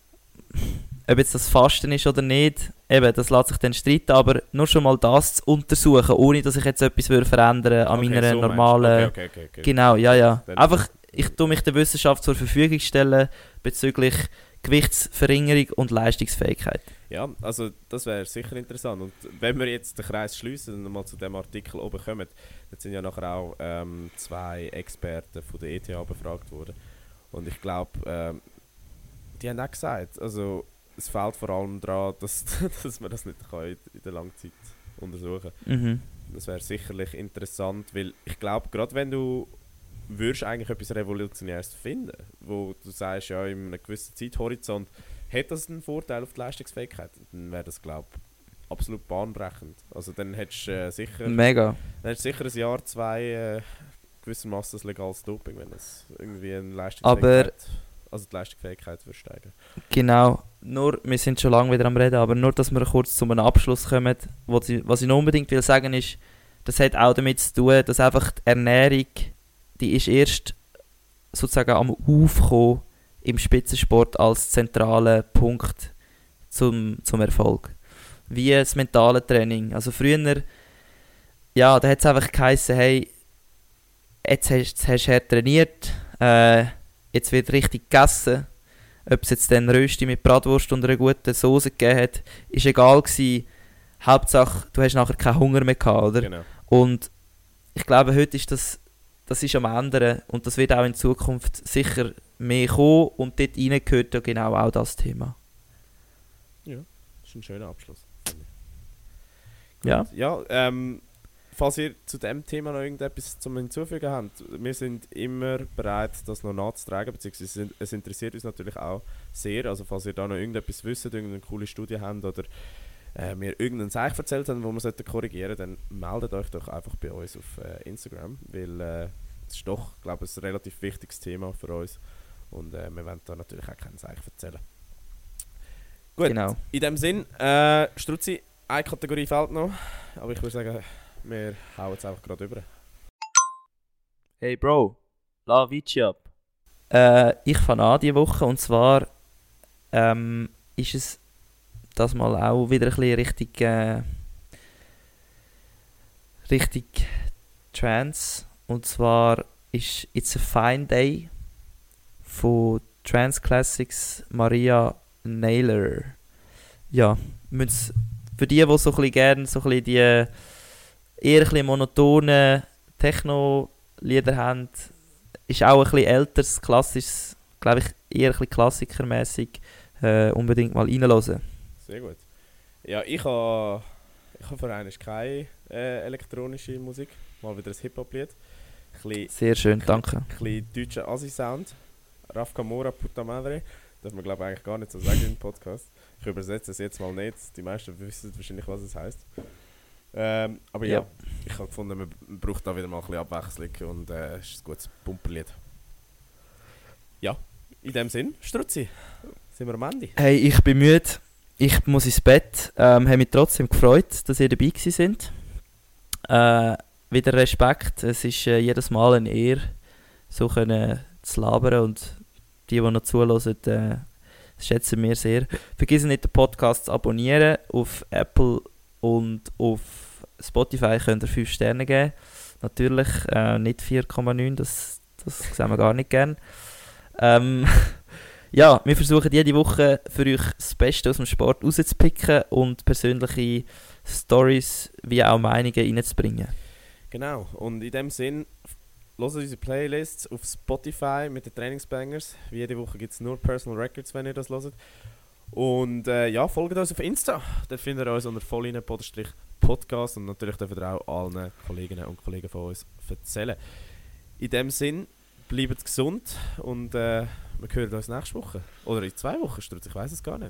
Speaker 1: Ob jetzt das Fasten ist oder nicht, eben, das lässt sich dann streiten, aber nur schon mal das zu untersuchen, ohne dass ich jetzt etwas würde verändern an
Speaker 3: Okay,
Speaker 1: meiner
Speaker 3: so meinst du.
Speaker 1: normalen...
Speaker 3: Okay, okay, okay, okay.
Speaker 1: Genau, ja, ja.
Speaker 3: Dann-
Speaker 1: Einfach, ich tue mich der Wissenschaft zur Verfügung stellen bezüglich Gewichtsverringerung und Leistungsfähigkeit.
Speaker 3: Ja, also das wäre sicher interessant. Und wenn wir jetzt den Kreis schliessen und nochmal zu dem Artikel oben kommen, dann sind ja nachher auch ähm, zwei Experten von der E T H befragt worden. Und ich glaube, ähm, die haben auch gesagt, also es fehlt vor allem daran, dass, dass man das nicht kann in in der Langzeit untersuchen kann.
Speaker 1: Mhm.
Speaker 3: Das wäre sicherlich interessant, weil ich glaube, gerade wenn du würdest eigentlich etwas Revolutionäres finden, wo du sagst, ja, in einem gewissen Zeithorizont hat das einen Vorteil auf die Leistungsfähigkeit, dann wäre das, glaube ich, absolut bahnbrechend. Also dann hättest du äh, sicher,
Speaker 1: Mega.
Speaker 3: dann hättest du sicher ein Jahr, zwei äh, gewissermaßen ein legales Doping, wenn das irgendwie eine Leistungsfähigkeit, also die Leistungsfähigkeit würde steigen.
Speaker 1: Genau. Nur, wir sind schon lange wieder am Reden, aber nur, dass wir kurz zu einem Abschluss kommen. Was ich, was ich noch unbedingt will sagen ist, das hat auch damit zu tun, dass einfach die Ernährung, die ist erst sozusagen am Aufkommen im Spitzensport als zentraler Punkt zum, zum Erfolg. Wie das mentale Training. Also früher, ja, da hat es einfach geheißen, hey, jetzt hast, jetzt hast du hart trainiert, äh, jetzt wird richtig gegessen. Ob es jetzt dann Rösti mit Bratwurst und einer guten Soße gegeben hat, ist egal gewesen. Hauptsache, du hast nachher keinen Hunger mehr gehabt, oder?
Speaker 3: Genau.
Speaker 1: Und ich glaube, heute ist das, das ist am Ändern und das wird auch in Zukunft sicher mehr kommen und dort rein gehört ja genau auch das Thema.
Speaker 3: Das ist ein schöner Abschluss. finde ich.
Speaker 1: Ja.
Speaker 3: Gut, ja, ähm, falls ihr zu dem Thema noch irgendetwas zum Hinzufügen habt, wir sind immer bereit, das noch nachzutragen, beziehungsweise es interessiert uns natürlich auch sehr. Also falls ihr da noch irgendetwas wisst, irgendeine coole Studie habt oder äh, mir irgendeinen Zeichen erzählt haben, wo wir korrigieren sollten, dann meldet euch doch einfach bei uns auf äh, Instagram, weil äh, es ist doch, glaube ich, ein relativ wichtiges Thema für uns und äh, wir wollen da natürlich auch keinen Zeichen erzählen. Gut,
Speaker 1: Genau.
Speaker 3: in dem Sinn, äh, Struzzi, eine Kategorie fehlt noch, aber ich würde sagen, wir hauen jetzt einfach gerade über.
Speaker 1: Hey Bro, la Vici ab. Äh, ich fange an diese Woche und zwar ähm, ist es das mal auch wieder ein bisschen richtig, äh, richtig Trance. Und zwar ist It's a Fine Day von Trance Classics Maria Naylor. Ja, für die, die so ein bisschen gerne so ein bisschen die eher ein bisschen monotonen Techno-Lieder haben, ist auch ein bisschen älteres, klassisches, glaube ich, eher ein bisschen klassikermäßig, äh, unbedingt mal reinhören.
Speaker 3: Sehr gut. Ja, ich habe ich ha für einmal keine äh, elektronische Musik, mal wieder ein Hip-Hop-Lied.
Speaker 1: Sehr schön, danke.
Speaker 3: Ein bisschen deutscher Asi-Sound. Raf Camora, Puta Madre. Darf man glaube ich eigentlich gar nicht so sagen im Podcast. Ich übersetze es jetzt mal nicht. Die meisten wissen wahrscheinlich, was es heisst. Ähm, aber ja, ja, ich habe gefunden, man braucht da wieder mal ein bisschen Abwechslung und äh, es ist ein gutes Pumperlied. Ja, in dem Sinn, Struzzi, sind wir am Ende.
Speaker 1: Hey, ich bin müde. Ich muss ins Bett. Ähm, habe mich trotzdem gefreut, dass ihr dabei gewesen seid. Äh, wieder Respekt. Es ist äh, jedes Mal eine Ehre, so können zu labern, und die, die noch zuhören, äh, schätzen wir sehr. Vergiss nicht, den Podcast zu abonnieren. Auf Apple und auf Spotify könnt ihr fünf Sterne geben. Natürlich äh, nicht vier Komma neun, das, das sehen wir gar nicht gern. Ähm, ja, wir versuchen jede Woche für euch das Beste aus dem Sport rauszupicken und persönliche Stories wie auch Meinungen reinzubringen.
Speaker 3: Genau, und in dem Sinn, hört unsere Playlists auf Spotify mit den Trainingsbangers. Wie jede Woche gibt es nur Personal Records, wenn ihr das hört. Und äh, ja, folgt uns auf Insta. Da findet ihr uns unter Volline-Podcast und natürlich dürft ihr auch allen Kolleginnen und Kollegen von uns erzählen. In dem Sinn, bleibt gesund und äh, wir hören uns nächste Woche. Oder in zwei Wochen, Strutz, ich weiss es gar nicht.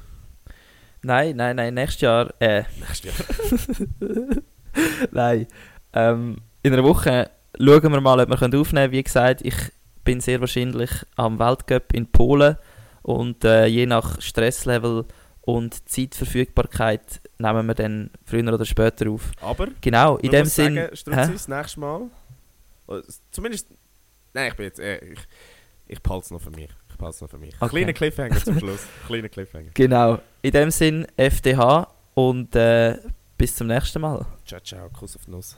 Speaker 1: Nein, nein, nein, nächstes Jahr. Äh.
Speaker 3: Nächstes Jahr.
Speaker 1: Nein. Ähm, in einer Woche schauen wir mal, ob wir aufnehmen können. Wie gesagt, ich bin sehr wahrscheinlich am Weltcup in Polen. Und äh, je nach Stresslevel und Zeitverfügbarkeit nehmen wir dann früher oder später auf.
Speaker 3: Aber,
Speaker 1: genau, in dem Sinn.
Speaker 3: Sagen, Struzzi, das nächste Mal. Zumindest. Nein, ich bin jetzt. Äh, ich ich behalte es noch für mich. Ich behalte es noch für mich. Okay. Kleiner Cliffhanger zum Schluss. Kleiner Cliffhanger.
Speaker 1: Genau. In dem Sinn, F D H und äh, bis zum nächsten Mal.
Speaker 3: Ciao, ciao. Kuss auf die Nuss.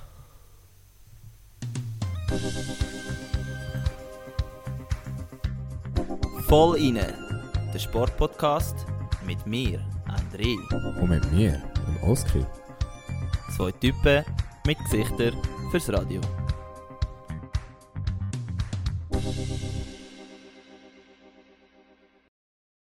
Speaker 1: Voll inne, der Sportpodcast mit mir, André.
Speaker 2: Und mit mir, dem Oskar.
Speaker 1: Zwei Typen mit Gesichtern fürs Radio.